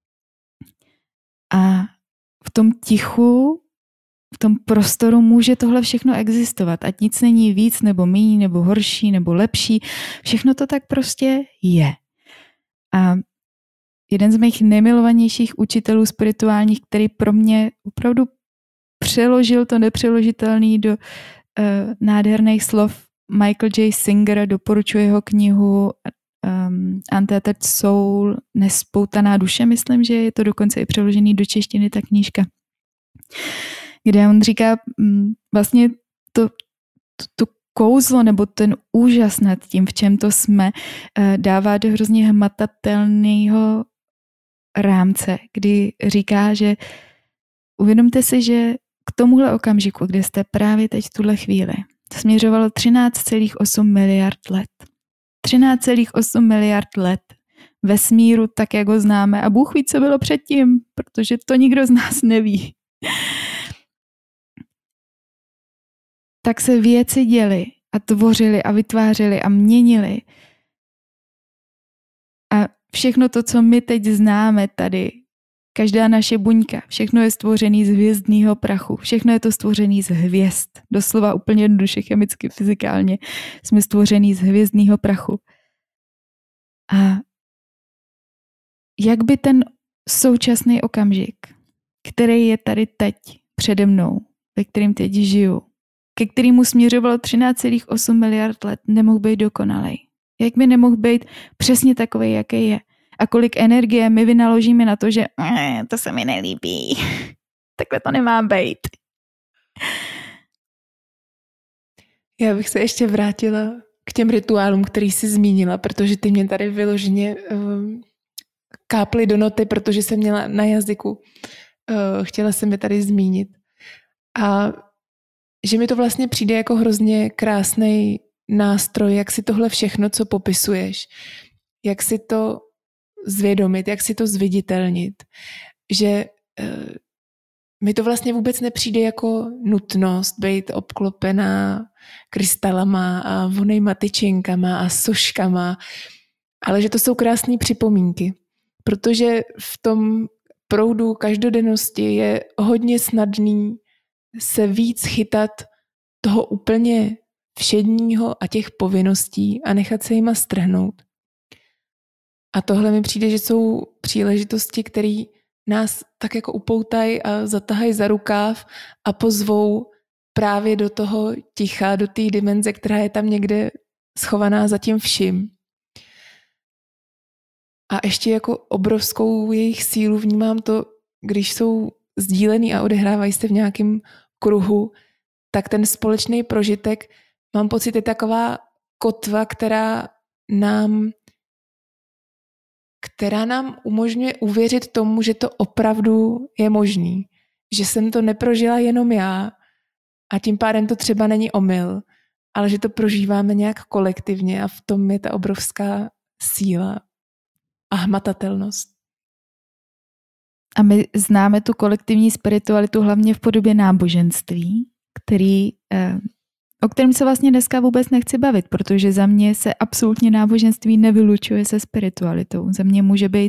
A v tom tichu, v tom prostoru může tohle všechno existovat. Ať nic není víc nebo míň, nebo horší, nebo lepší. Všechno to tak prostě je. A jeden z mých nejmilovanějších učitelů spirituálních, který pro mě opravdu přeložil to nepřeložitelné do nádherných slov, Michael J. Singer, doporučuje jeho knihu Untethered Soul, Nespoutaná duše, myslím, že je to dokonce i přeložený do češtiny, ta knížka, kde on říká vlastně to kouzlo nebo ten úžas nad tím, v čem to jsme, dává do hrozně hmatatelného rámce, kdy říká, že uvědomte si, že k tomuhle okamžiku, kde jste právě teď v tuhle chvíli, směřovalo 13,8 miliard let. 13,8 miliard let vesmíru, tak jak ho známe. A Bůh ví, co bylo předtím, protože to nikdo z nás neví. Tak se věci děly a tvořily a vytvářely a měnily. A všechno to, co my teď známe tady, každá naše buňka, všechno je stvořený z hvězdného prachu. Všechno je to stvořený z hvězd. Doslova úplně jednoduše, chemicky, fyzikálně jsme stvořený z hvězdného prachu. A jak by ten současný okamžik, který je tady teď přede mnou, ve kterým teď žiju, ke kterému směřovalo 13,8 miliard let, nemohl být dokonalej. Jak by nemohl být přesně takovej, jaký je. A kolik energie my vynaložíme na to, že to se mi nelíbí. Takhle to nemá být. Já bych se ještě vrátila k těm rituálům, který jsi zmínila, protože ty mě tady vyloženě káply do noty, protože jsem měla na jazyku. Chtěla jsem je tady zmínit. A že mi to vlastně přijde jako hrozně krásný nástroj, jak si tohle všechno, co popisuješ, jak si to zvědomit, jak si to zviditelnit, že mi to vlastně vůbec nepřijde jako nutnost být obklopená krystalama a vonejma tyčinkama a soškama, ale že to jsou krásné připomínky, protože v tom proudu každodennosti je hodně snadný se víc chytat toho úplně všedního a těch povinností a nechat se jima strhnout. A tohle mi přijde, že jsou příležitosti, které nás tak jako upoutají a zatahají za rukáv a pozvou právě do toho ticha, do té dimenze, která je tam někde schovaná za tím vším. A ještě jako obrovskou jejich sílu vnímám to, když jsou sdílený a odehrávají se v nějakém kruhu, tak ten společný prožitek, mám pocit, je taková kotva, která nám umožňuje uvěřit tomu, že to opravdu je možný. Že jsem to neprožila jenom já a tím pádem to třeba není omyl, ale že to prožíváme nějak kolektivně a v tom je ta obrovská síla a hmatatelnost. A my známe tu kolektivní spiritualitu hlavně v podobě náboženství, o kterém se vlastně dneska vůbec nechci bavit, protože za mě se absolutně náboženství nevylučuje se spiritualitou. Za mě může být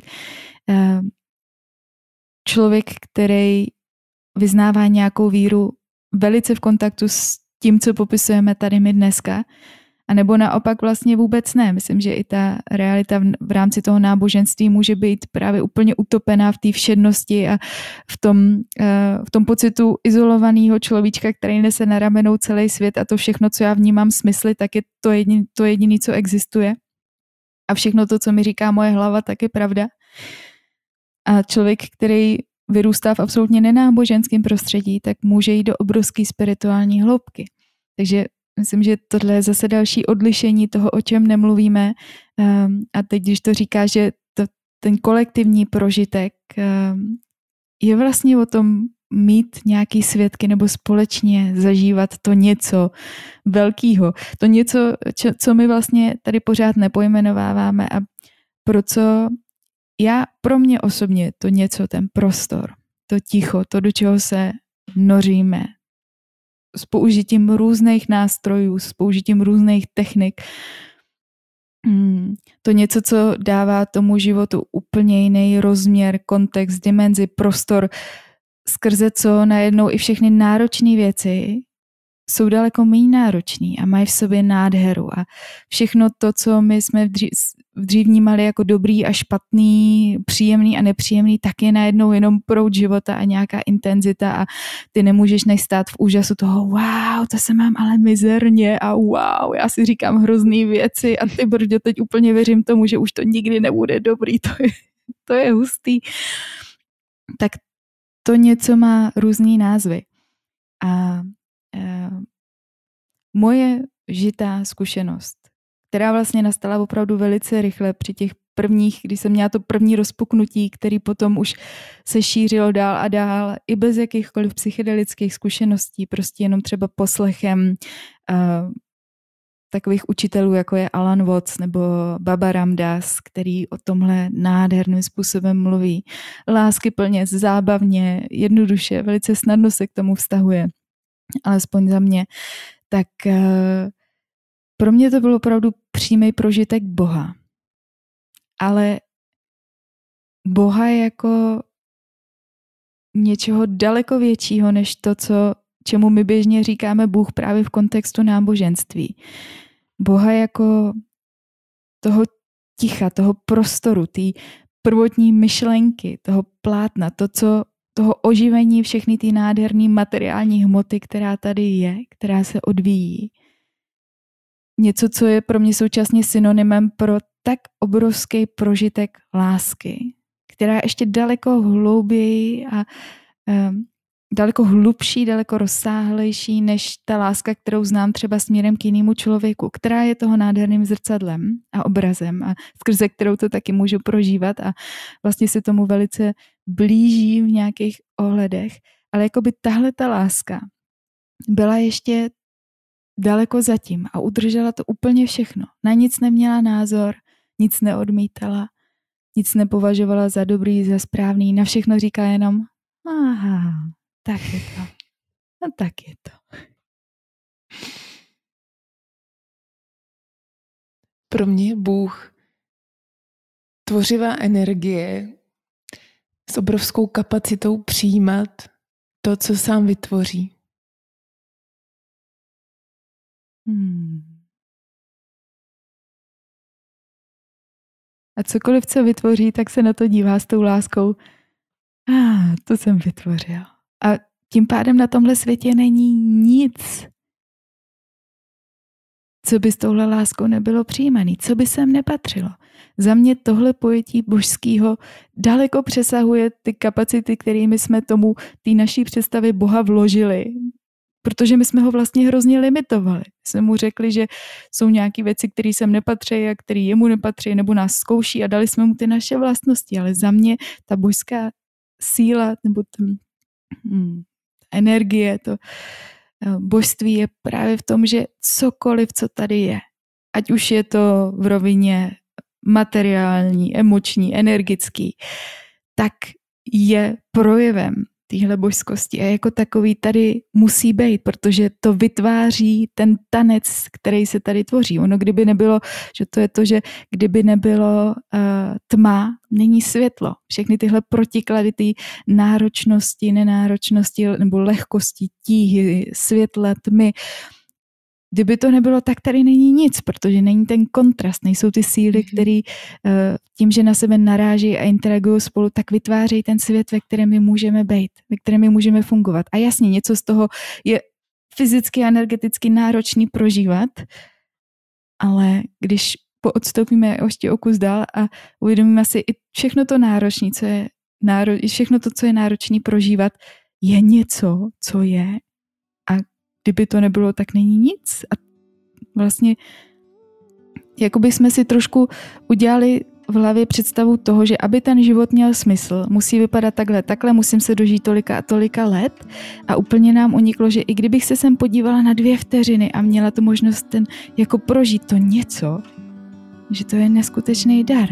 člověk, který vyznává nějakou víru velice v kontaktu s tím, co popisujeme tady my dneska, anebo naopak vlastně vůbec ne. Myslím, že i ta realita v rámci toho náboženství může být právě úplně utopená v té všednosti a v tom pocitu izolovaného človíčka, který nese na ramenou celý svět a to všechno, co já vnímám smysly, tak je to jediné, co existuje. A všechno to, co mi říká moje hlava, tak je pravda. A člověk, který vyrůstá v absolutně nenáboženském prostředí, tak může jít do obrovské spirituální hloubky. Takže myslím, že tohle je zase další odlišení toho, o čem nemluvíme. A teď, když to říká, že ten kolektivní prožitek je vlastně o tom mít nějaký svědky nebo společně zažívat to něco velkého. To něco, co my vlastně tady pořád nepojmenováváme a pro mě osobně to něco, ten prostor, to ticho, to, do čeho se noříme, s použitím různých nástrojů, s použitím různých technik. To něco, co dává tomu životu úplně jiný rozměr, kontext, dimenzi, prostor, skrze co najednou i všechny náročné věci jsou daleko méně náročný a mají v sobě nádheru a všechno to, co my jsme dřív vnímali jako dobrý a špatný, příjemný a nepříjemný, tak je najednou jenom proud života a nějaká intenzita a ty nemůžeš než stát v úžasu toho wow, to se mám ale mizerně a wow, já si říkám hrozný věci a ty brďo, teď úplně věřím tomu, že už to nikdy nebude dobrý, to je hustý. Tak to něco má různý názvy a moje žitá zkušenost, která vlastně nastala opravdu velice rychle při těch prvních, když jsem měla to první rozpuknutí, který potom už se šířilo dál a dál, i bez jakýchkoliv psychedelických zkušeností, prostě jenom třeba poslechem takových učitelů, jako je Alan Watts nebo Baba Ram Dass, který o tomhle nádherným způsobem mluví. Láskyplně, zábavně, jednoduše, velice snadno se k tomu vztahuje. Alespoň za mě, tak pro mě to byl opravdu přímý prožitek Boha. Ale Boha jako něčeho daleko většího, než to, čemu my běžně říkáme Bůh právě v kontextu náboženství. Boha jako toho ticha, toho prostoru, té prvotní myšlenky, toho plátna, toho oživení všechny ty nádherné materiální hmoty, která tady je, která se odvíjí. Něco, co je pro mě současně synonymem pro tak obrovský prožitek lásky, která je ještě daleko hlouběji a daleko hlubší, daleko rozsáhlejší než ta láska, kterou znám třeba směrem k jinému člověku, která je toho nádherným zrcadlem a obrazem a skrze kterou to taky můžu prožívat a vlastně se tomu velice blíží v nějakých ohledech. Ale jakoby tahle ta láska byla ještě daleko zatím a udržela to úplně všechno. Na nic neměla názor, nic neodmítala, nic nepovažovala za dobrý, za správný, na všechno říká jenom aha, tak je to. No tak je to. Pro mě je Bůh tvořivá energie s obrovskou kapacitou přijímat to, co sám vytvoří. A cokoliv, co vytvoří, tak se na to dívá s tou láskou. To jsem vytvořil. A tím pádem na tomhle světě není nic, co by s touhle láskou nebylo přijímaný, co by sem nepatřilo. Za mě tohle pojetí božského daleko přesahuje ty kapacity, kterými jsme té naší představy Boha vložili. Protože my jsme ho vlastně hrozně limitovali. Jsme mu řekli, že jsou nějaké věci, které sem nepatří a které jemu nepatří, nebo nás zkouší a dali jsme mu ty naše vlastnosti. Ale za mě ta božská síla nebo energie, to božství je právě v tom, že cokoliv, co tady je, ať už je to v rovině materiální, emoční, energický, tak je projevem téhle božskosti a jako takový tady musí být, protože to vytváří ten tanec, který se tady tvoří. Ono kdyby nebylo, že to je to, že kdyby nebylo tma, není světlo. Všechny tyhle protiklady, ty náročnosti, nenáročnosti nebo lehkosti, tíhy, světla, tmy, kdyby to nebylo, tak tady není nic, protože není ten kontrast, nejsou ty síly, které tím, že na sebe naráží a interagují spolu, tak vytvářejí ten svět, ve kterém my můžeme být, ve kterém my můžeme fungovat. A jasně, něco z toho je fyzicky a energeticky náročný prožívat, ale když odstoupíme ještě o kus dál a uvědomíme si i všechno to náročné, všechno to, co je náročný prožívat, je něco, co je. A kdyby to nebylo, tak není nic. A vlastně jakoby jsme si trošku udělali v hlavě představu toho, že aby ten život měl smysl, musí vypadat takhle, musím se dožít tolika a tolika let a úplně nám uniklo, že i kdybych se sem podívala na 2 vteřiny a měla tu možnost ten jako prožít to něco, že to je neskutečný dar.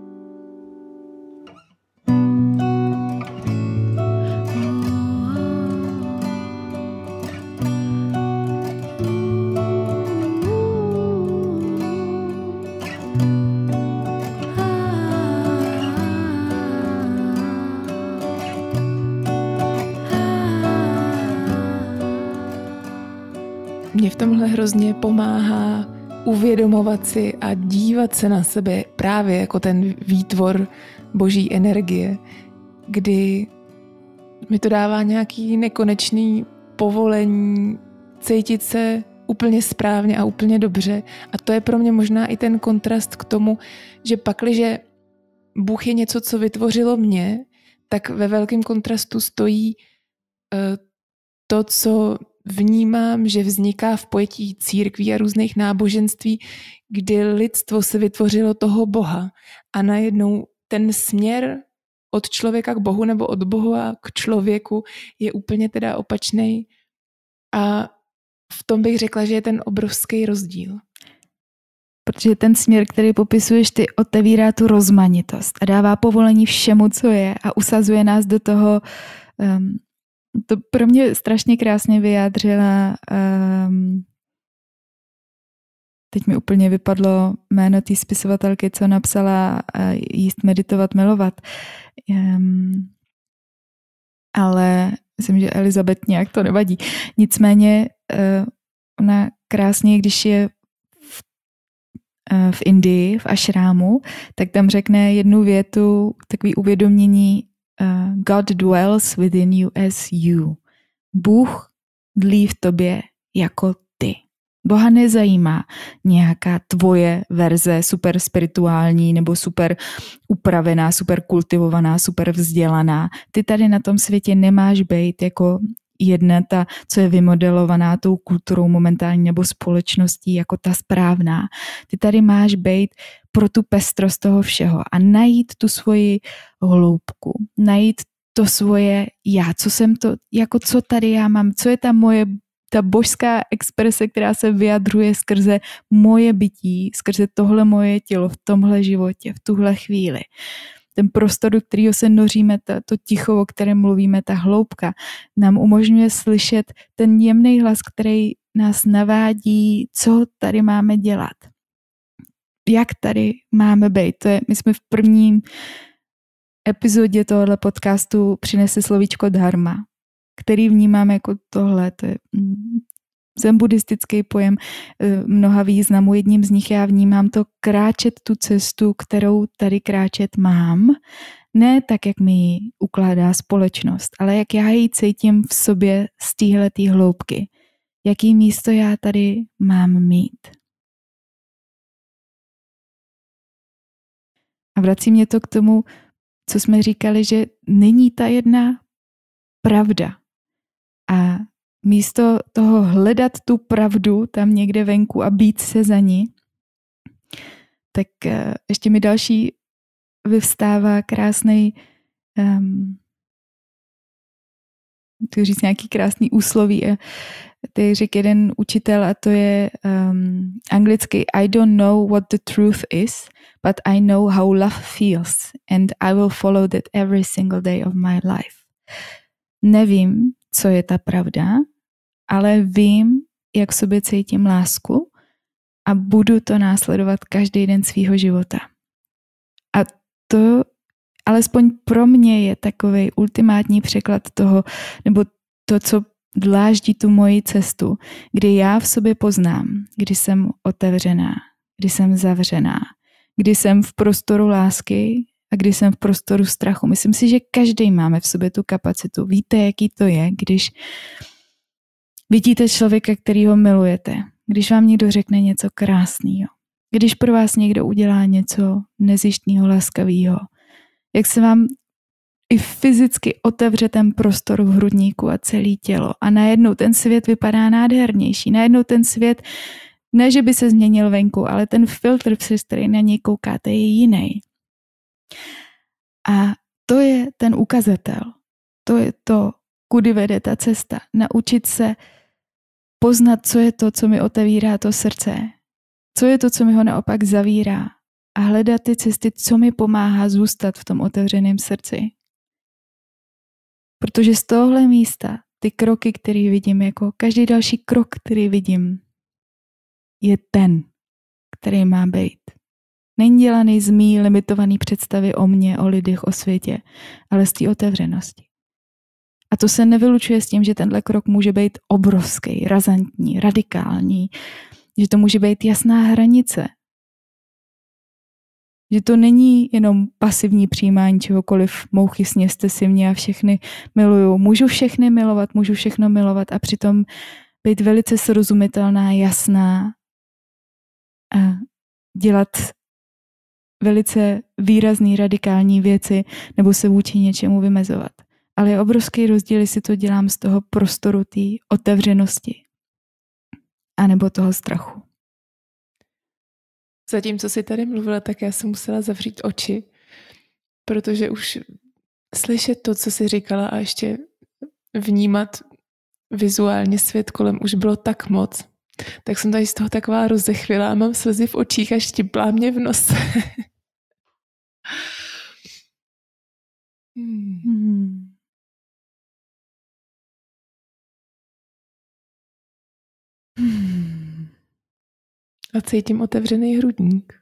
Mě v tomhle hrozně pomáhá uvědomovat si a dívat se na sebe právě jako ten výtvor boží energie, kdy mi to dává nějaký nekonečný povolení cítit se úplně správně a úplně dobře. A to je pro mě možná i ten kontrast k tomu, že pakliže Bůh je něco, co vytvořilo mě, tak ve velkém kontrastu stojí to, co vnímám, že vzniká v pojetí církví a různých náboženství, kdy lidstvo se vytvořilo toho Boha a najednou ten směr od člověka k Bohu nebo od Boha k člověku je úplně teda opačnej. A v tom bych řekla, že je ten obrovský rozdíl. Protože ten směr, který popisuješ ty, otevírá tu rozmanitost a dává povolení všemu, co je a usazuje nás do toho. To pro mě strašně krásně vyjádřila, teď mi úplně vypadlo jméno té spisovatelky, co napsala Jíst, meditovat, milovat. Ale myslím, že Elizabeth nějak to nevadí. Nicméně ona krásně, když je v Indii, v ašrámu, tak tam řekne jednu větu, takový uvědomění: God dwells within you as you. Bůh dlí v tobě jako ty. Boha nezajímá nějaká tvoje verze super spirituální nebo super upravená, super kultivovaná, super vzdělaná. Ty tady na tom světě nemáš být jako jedna ta, co je vymodelovaná tou kulturou momentální nebo společností jako ta správná. Ty tady máš být pro tu pestrost toho všeho a najít tu svoji hloubku, najít to svoje já, co jsem to, jako co tady já mám, co je ta božská exprese, která se vyjadřuje skrze moje bytí, skrze tohle moje tělo v tomhle životě, v tuhle chvíli. Ten prostor, do kterého se noříme, to ticho, o kterém mluvíme, ta hloubka, nám umožňuje slyšet ten jemný hlas, který nás navádí, co tady máme dělat. Jak tady máme být. My jsme v prvním epizodě tohohle podcastu přinesli slovíčko dharma, který vnímáme jako tohle. To je zen buddhistický pojem mnoha významů. Jedním z nich já vnímám to kráčet tu cestu, kterou tady kráčet mám. Ne tak, jak mi ji ukládá společnost, ale jak já ji cítím v sobě z téhletý hloubky. Jaký místo já tady mám mít. A vrací mě to k tomu, co jsme říkali, že není ta jedna pravda. A místo toho hledat tu pravdu tam někde venku a být se za ní, tak ještě mi další vyvstává krásnej, to říct nějaký krásný úsloví. Tady řekl jeden učitel a to je anglicky: I don't know what the truth is, but I know how love feels and I will follow that every single day of my life. Nevím, co je ta pravda, ale vím, jak v sobě cítím lásku a budu to následovat každý den svýho života. A to alespoň pro mě je takovej ultimátní překlad toho, nebo to, co dláždí tu moji cestu, kdy já v sobě poznám, kdy jsem otevřená, kdy jsem zavřená, kdy jsem v prostoru lásky a kdy jsem v prostoru strachu. Myslím si, že každý máme v sobě tu kapacitu. Víte, jaký to je, když vidíte člověka, kterýho milujete, když vám někdo řekne něco krásného, když pro vás někdo udělá něco nezištného, laskavého, jak se vám i fyzicky otevře ten prostor v hrudníku a celé tělo a najednou ten svět vypadá nádhernější, najednou ten svět Ne, že by se změnil venku, ale ten filtr, přes který na něj koukáte, je jiný. A to je ten ukazatel. To je to, kudy vede ta cesta. Naučit se poznat, co je to, co mi otevírá to srdce. Co je to, co mi ho naopak zavírá. A hledat ty cesty, co mi pomáhá zůstat v tom otevřeném srdci. Protože z tohle místa ty kroky, který vidím, jako každý další krok, který vidím, je ten, který má být. Není dělaný z mý limitovaný představy o mně, o lidech, o světě, ale z té otevřenosti. A to se nevylučuje s tím, že tenhle krok může být obrovský, razantní, radikální, že to může být jasná hranice. Že to není jenom pasivní přijímání čehokoliv, mouchy, sněste si mě a všechny miluju. Můžu všechny milovat, můžu všechno milovat a přitom být velice srozumitelná, jasná a dělat velice výrazný, radikální věci nebo se vůči něčemu vymezovat. Ale je obrovský rozdíl, jestli to dělám z toho prostoru té otevřenosti anebo toho strachu. Zatímco jsi tady mluvila, tak já jsem musela zavřít oči, protože už slyšet to, co jsi říkala a ještě vnímat vizuálně svět kolem už bylo tak moc. Tak jsem tady z toho taková rozechvěla a mám slzy v očích a štiplá mě v nose. A cítím otevřený hrudník.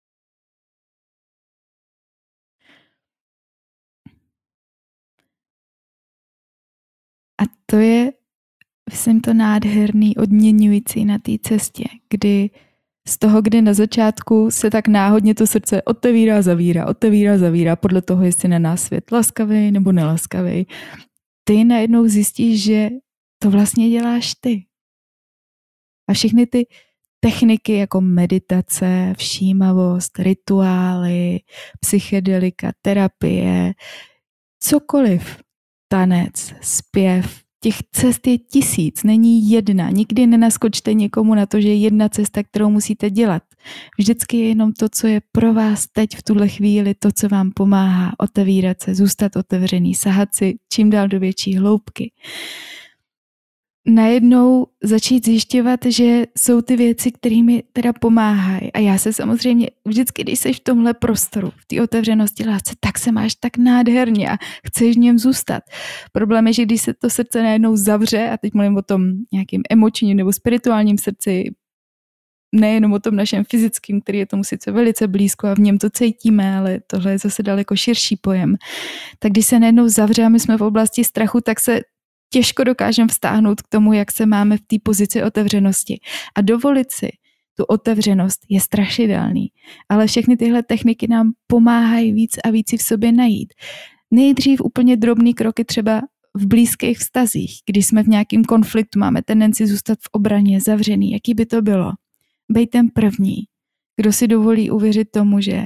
A to je, myslím, to nádherný, odměňující na té cestě, kdy z toho, kdy na začátku se tak náhodně to srdce otevírá, zavírá, podle toho, jestli na nás svět laskavý nebo nelaskavý, ty najednou zjistíš, že to vlastně děláš ty. A všechny ty techniky jako meditace, všímavost, rituály, psychedelika, terapie, cokoliv, tanec, zpěv, těch cest je 1000, není jedna. Nikdy nenaskočte někomu na to, že je jedna cesta, kterou musíte dělat. Vždycky je jenom to, co je pro vás teď v tuhle chvíli, to, co vám pomáhá otevírat se, zůstat otevřený, sahat si čím dál do větší hloubky. Najednou začít zjišťovat, že jsou ty věci, které mi teda pomáhají. A já se samozřejmě, vždycky, když jsi v tomhle prostoru, v té otevřenosti lásce, tak se máš tak nádherně a chceš v něm zůstat. Problém je, že když se to srdce najednou zavře, a teď mluvím o tom nějakým emočním nebo spirituálním srdci, nejenom o tom našem fyzickém, který je tomu sice velice blízko a v něm to cítíme, ale tohle je zase daleko širší pojem. Tak když se najednou zavře a my jsme v oblasti strachu, tak se těžko dokážeme vztáhnout k tomu, jak se máme v té pozici otevřenosti. A dovolit si tu otevřenost je strašidelný. Ale všechny tyhle techniky nám pomáhají víc a víc v sobě najít. Nejdřív úplně drobný kroky třeba v blízkých vztazích, když jsme v nějakém konfliktu, máme tendenci zůstat v obraně, zavřený. Jaký by to bylo? Bej ten první, kdo si dovolí uvěřit tomu, že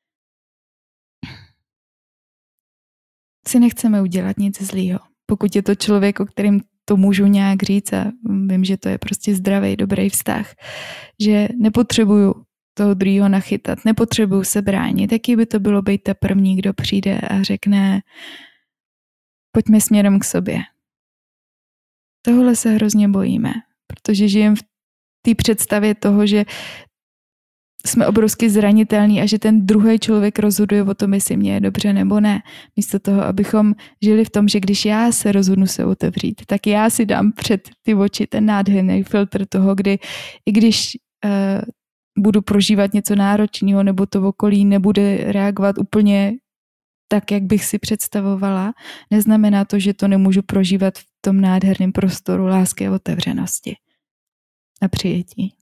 si nechceme udělat nic zlýho. Pokud je to člověk, o kterým to můžu nějak říct a vím, že to je prostě zdravý, dobrý vztah, že nepotřebuju toho druhého nachytat, nepotřebuju se bránit, jaký by to bylo být ta první, kdo přijde a řekne pojďme směrem k sobě. Tohle se hrozně bojíme, protože žijeme v té představě toho, že jsme obrovsky zranitelní a že ten druhý člověk rozhoduje o tom, jestli mě je dobře nebo ne. Místo toho, abychom žili v tom, že když já se rozhodnu se otevřít, tak já si dám před ty oči ten nádherný filtr toho, kdy i když budu prožívat něco náročného nebo to okolí nebude reagovat úplně tak, jak bych si představovala, neznamená to, že to nemůžu prožívat v tom nádherném prostoru lásky a otevřenosti a přijetí.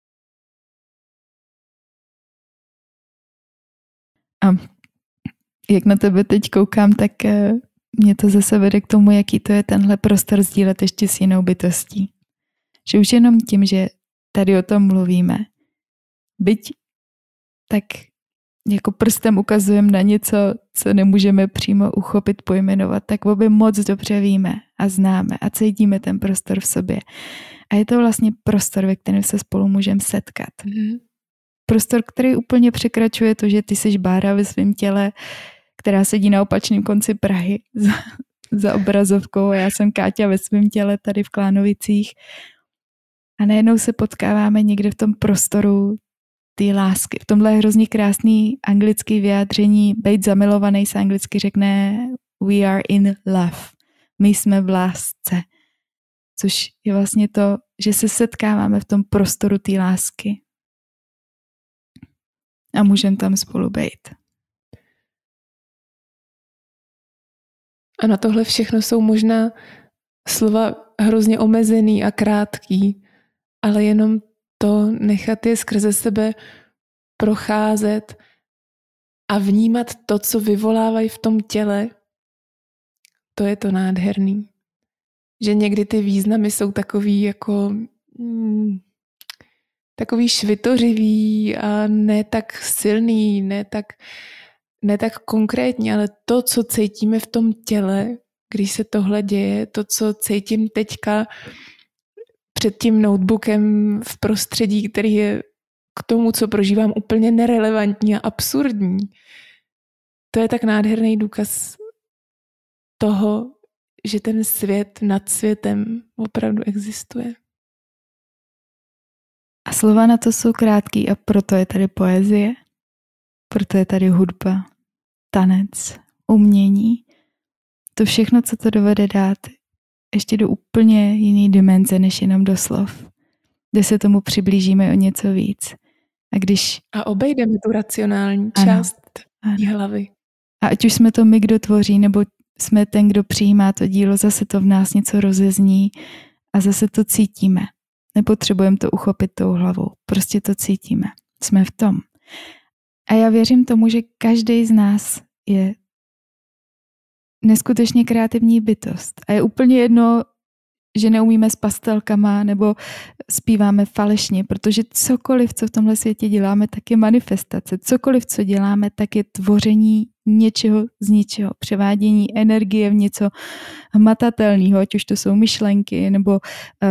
A jak na tebe teď koukám, tak mě to zase vede k tomu, jaký to je tenhle prostor sdílet ještě s jinou bytostí. Že už jenom tím, že tady o tom mluvíme, byť tak jako prstem ukazujeme na něco, co nemůžeme přímo uchopit, pojmenovat, tak obě moc dobře víme a známe a cítíme ten prostor v sobě. A je to vlastně prostor, ve kterém se spolu můžeme setkat. Prostor, který úplně překračuje to, že ty jsi Bára ve svém těle, která sedí na opačném konci Prahy za obrazovkou a já jsem Káťa ve svém těle tady v Klánovicích. A najednou se potkáváme někde v tom prostoru té lásky. V tomhle je hrozně krásný anglický vyjádření. Být zamilovaný se anglicky řekne we are in love. My jsme v lásce. Což je vlastně to, že se setkáváme v tom prostoru té lásky. A můžeme tam spolu být. A na tohle všechno jsou možná slova hrozně omezený a krátký, ale jenom to nechat je skrze sebe procházet a vnímat to, co vyvolávají v tom těle, to je to nádherný. Že někdy ty významy jsou takový jako takový švitořivý a ne tak silný, ne tak konkrétní, ale to, co cítíme v tom těle, když se tohle děje, to, co cítím teďka před tím notebookem v prostředí, který je k tomu, co prožívám, úplně nerelevantní a absurdní. To je tak nádherný důkaz toho, že ten svět nad světem opravdu existuje. A slova na to jsou krátký a proto je tady poezie, proto je tady hudba, tanec, umění. To všechno, co to dovede dát ještě do úplně jiný dimenze, než jenom do slov, kde se tomu přiblížíme o něco víc. A obejdeme tu racionální část hlavy. A ať už jsme to my, kdo tvoří, nebo jsme ten, kdo přijímá to dílo, zase to v nás něco rozezní a zase to cítíme. Nepotřebujeme to uchopit tou hlavou. Prostě to cítíme. Jsme v tom. A já věřím tomu, že každý z nás je neskutečně kreativní bytost. A je úplně jedno, že neumíme s pastelkama nebo zpíváme falešně, protože cokoliv, co v tomhle světě děláme, tak je manifestace. Cokoliv, co děláme, tak je tvoření něčeho z ničeho. Převádění energie v něco hmatatelného, ať už to jsou myšlenky nebo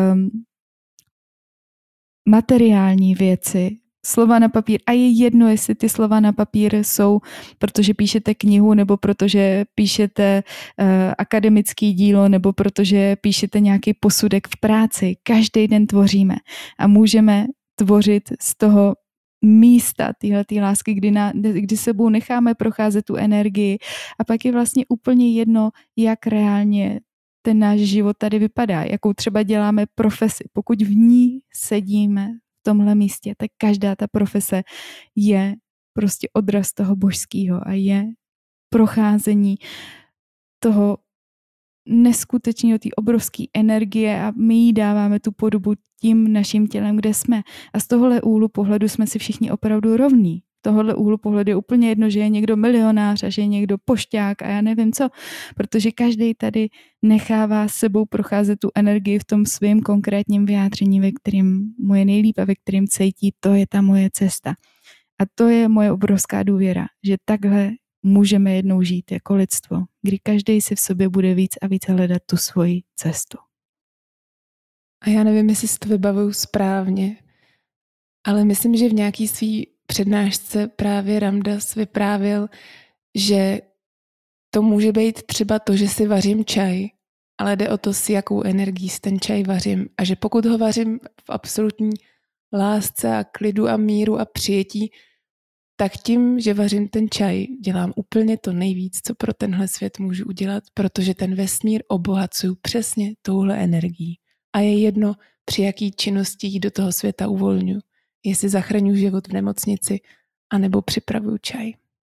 materiální věci, slova na papír. A je jedno, jestli ty slova na papír jsou, protože píšete knihu, nebo protože píšete akademický dílo, nebo protože píšete nějaký posudek v práci. Každý den tvoříme a můžeme tvořit z toho místa téhletý lásky, kdy sebou necháme procházet tu energii a pak je vlastně úplně jedno, jak reálně ten náš život tady vypadá, jakou třeba děláme profesi. Pokud v ní sedíme v tomhle místě, tak každá ta profese je prostě odraz toho božského a je procházení toho neskutečného, té obrovské energie a my jí dáváme tu podobu tím naším tělem, kde jsme. A z tohohle úhlu pohledu jsme si všichni opravdu rovní. Tohohle úhlu pohledu je úplně jedno, že je někdo milionář a že je někdo pošťák a já nevím co, protože každý tady nechává sebou procházet tu energii v tom svém konkrétním vyjádření, ve kterým mu je nejlíp a ve kterým cítí, to je ta moje cesta. A to je moje obrovská důvěra, že takhle můžeme jednou žít jako lidstvo, kdy každý si v sobě bude víc a víc hledat tu svoji cestu. A já nevím, jestli si to vybavuju správně, ale myslím, že v nějaký svý přednášce právě Ramdas vyprávěl, že to může být třeba to, že si vařím čaj, ale jde o to, s jakou energií ten čaj vařím. A že pokud ho vařím v absolutní lásce a klidu a míru a přijetí, tak tím, že vařím ten čaj, dělám úplně to nejvíc, co pro tenhle svět můžu udělat, protože ten vesmír obohacuju přesně touhle energií. A je jedno, při jaký činnosti ji do toho světa uvolňuji. Jestli zachraňuji život v nemocnici, anebo připravuju čaj.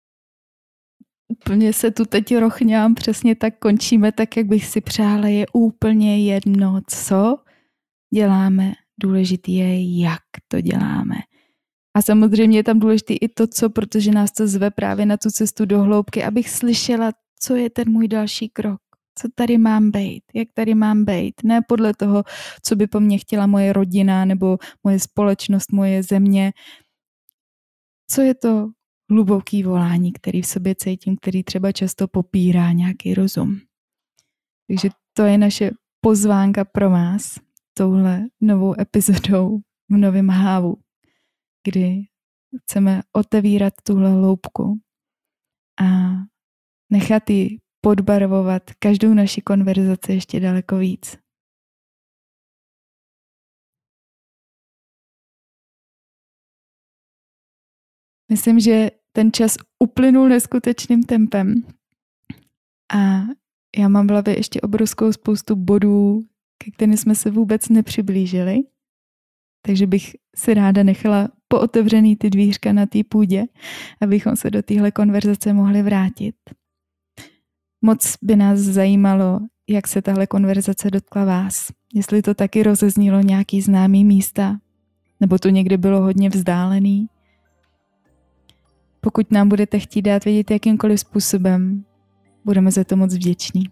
Úplně se tu teď rochňám, přesně tak končíme, tak jak bych si přála, je úplně jedno, co děláme, důležitý je, jak to děláme. A samozřejmě je tam důležitý i to, co, protože nás to zve právě na tu cestu do hloubky, abych slyšela, co je ten můj další krok, co tady mám být, jak tady mám být. Ne podle toho, co by po mně chtěla moje rodina nebo moje společnost, moje země. Co je to hluboký volání, který v sobě cítím, který třeba často popírá nějaký rozum. Takže to je naše pozvánka pro vás touhle novou epizodou v novém hávu, kdy chceme otevírat tuhle hloubku a nechat ji podbarvovat každou naši konverzaci ještě daleko víc. Myslím, že ten čas uplynul neskutečným tempem a já mám v hlavě ještě obrovskou spoustu bodů, ke kterým jsme se vůbec nepřiblížili, takže bych si ráda nechala pootevřený ty dvířka na té půdě, abychom se do téhle konverzace mohli vrátit. Moc by nás zajímalo, jak se tahle konverzace dotkla vás. Jestli to taky rozeznělo nějaký známý místa, nebo to někde bylo hodně vzdálený. Pokud nám budete chtít dát vědět jakýmkoliv způsobem, budeme za to moc vděční.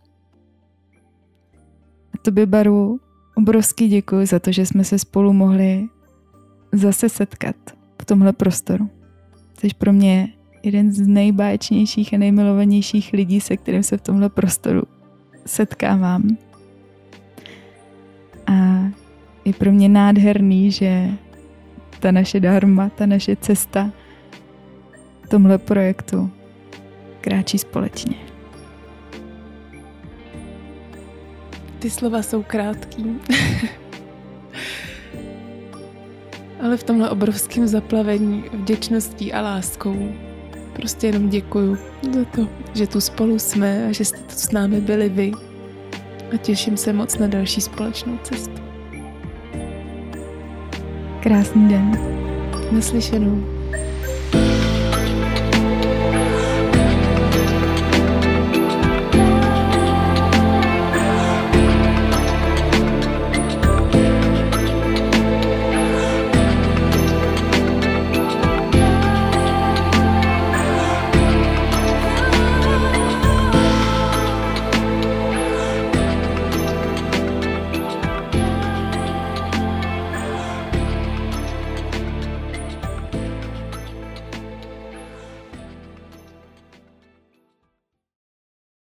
A tobě, Baru, obrovský děkuji za to, že jsme se spolu mohli zase setkat v tomhle prostoru. Jsi pro mě jeden z nejbáječnějších a nejmilovanějších lidí, se kterým se v tomhle prostoru setkávám. A je pro mě nádherný, že ta naše dharma, ta naše cesta v tomhle projektu kráčí společně. Ty slova jsou krátký. Ale v tomhle obrovském zaplavení vděčností a láskou prostě jenom děkuju za to, že tu spolu jsme a že jste tu s námi byli vy. A těším se moc na další společnou cestu. Krásný den. Naslyšenou.